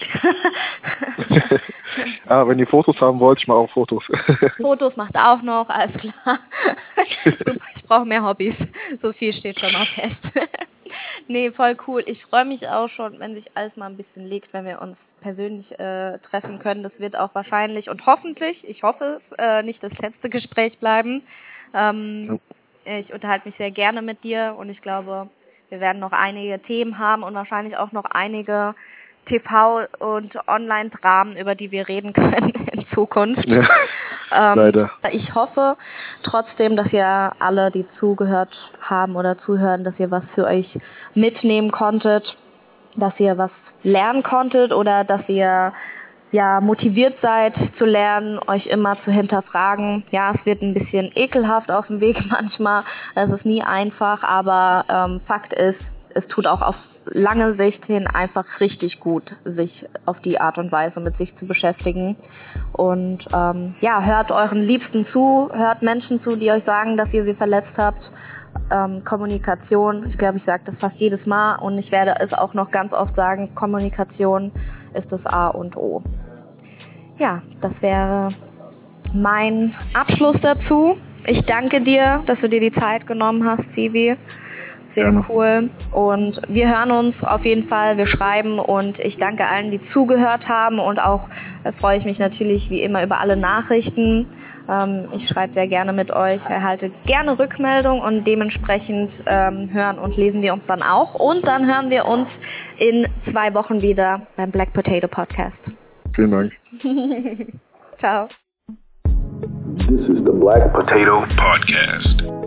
Ah, wenn ihr Fotos haben wollt, ich mache auch Fotos. Fotos macht auch noch, alles klar. Super, ich brauche mehr Hobbys. So viel steht schon mal fest. Nee, voll cool. Ich freue mich auch schon, wenn sich alles mal ein bisschen legt, wenn wir uns persönlich äh, treffen können. Das wird auch wahrscheinlich und hoffentlich, ich hoffe es, äh, nicht das letzte Gespräch bleiben. Ähm, ja. Ich unterhalte mich sehr gerne mit dir und ich glaube, wir werden noch einige Themen haben und wahrscheinlich auch noch einige T V- und Online-Dramen, über die wir reden können in Zukunft. Ja, ähm, leider. Ich hoffe trotzdem, dass ihr alle, die zugehört haben oder zuhören, dass ihr was für euch mitnehmen konntet, dass ihr was lernen konntet oder dass ihr ja motiviert seid zu lernen, euch immer zu hinterfragen. Ja, es wird ein bisschen ekelhaft auf dem Weg manchmal, es ist nie einfach, aber ähm, Fakt ist, es tut auch auf lange Sicht hin einfach richtig gut, sich auf die Art und Weise mit sich zu beschäftigen. Und ähm, ja, hört euren Liebsten zu, hört Menschen zu, die euch sagen, dass ihr sie verletzt habt. Ähm, Kommunikation, ich glaube, ich sage das fast jedes Mal und ich werde es auch noch ganz oft sagen, Kommunikation ist das A und O. Ja, das wäre mein Abschluss dazu. Ich danke dir, dass du dir die Zeit genommen hast, Stevie. Sehr ja. cool. Und wir hören uns auf jeden Fall, wir schreiben und ich danke allen, die zugehört haben und auch äh, freue ich mich natürlich wie immer über alle Nachrichten. Ähm, ich schreibe sehr gerne mit euch, erhalte gerne Rückmeldung und dementsprechend ähm, hören und lesen wir uns dann auch. Und dann hören wir uns in zwei Wochen wieder beim Black Potato Podcast. Vielen Dank. Ciao. This is the Black Potato Podcast.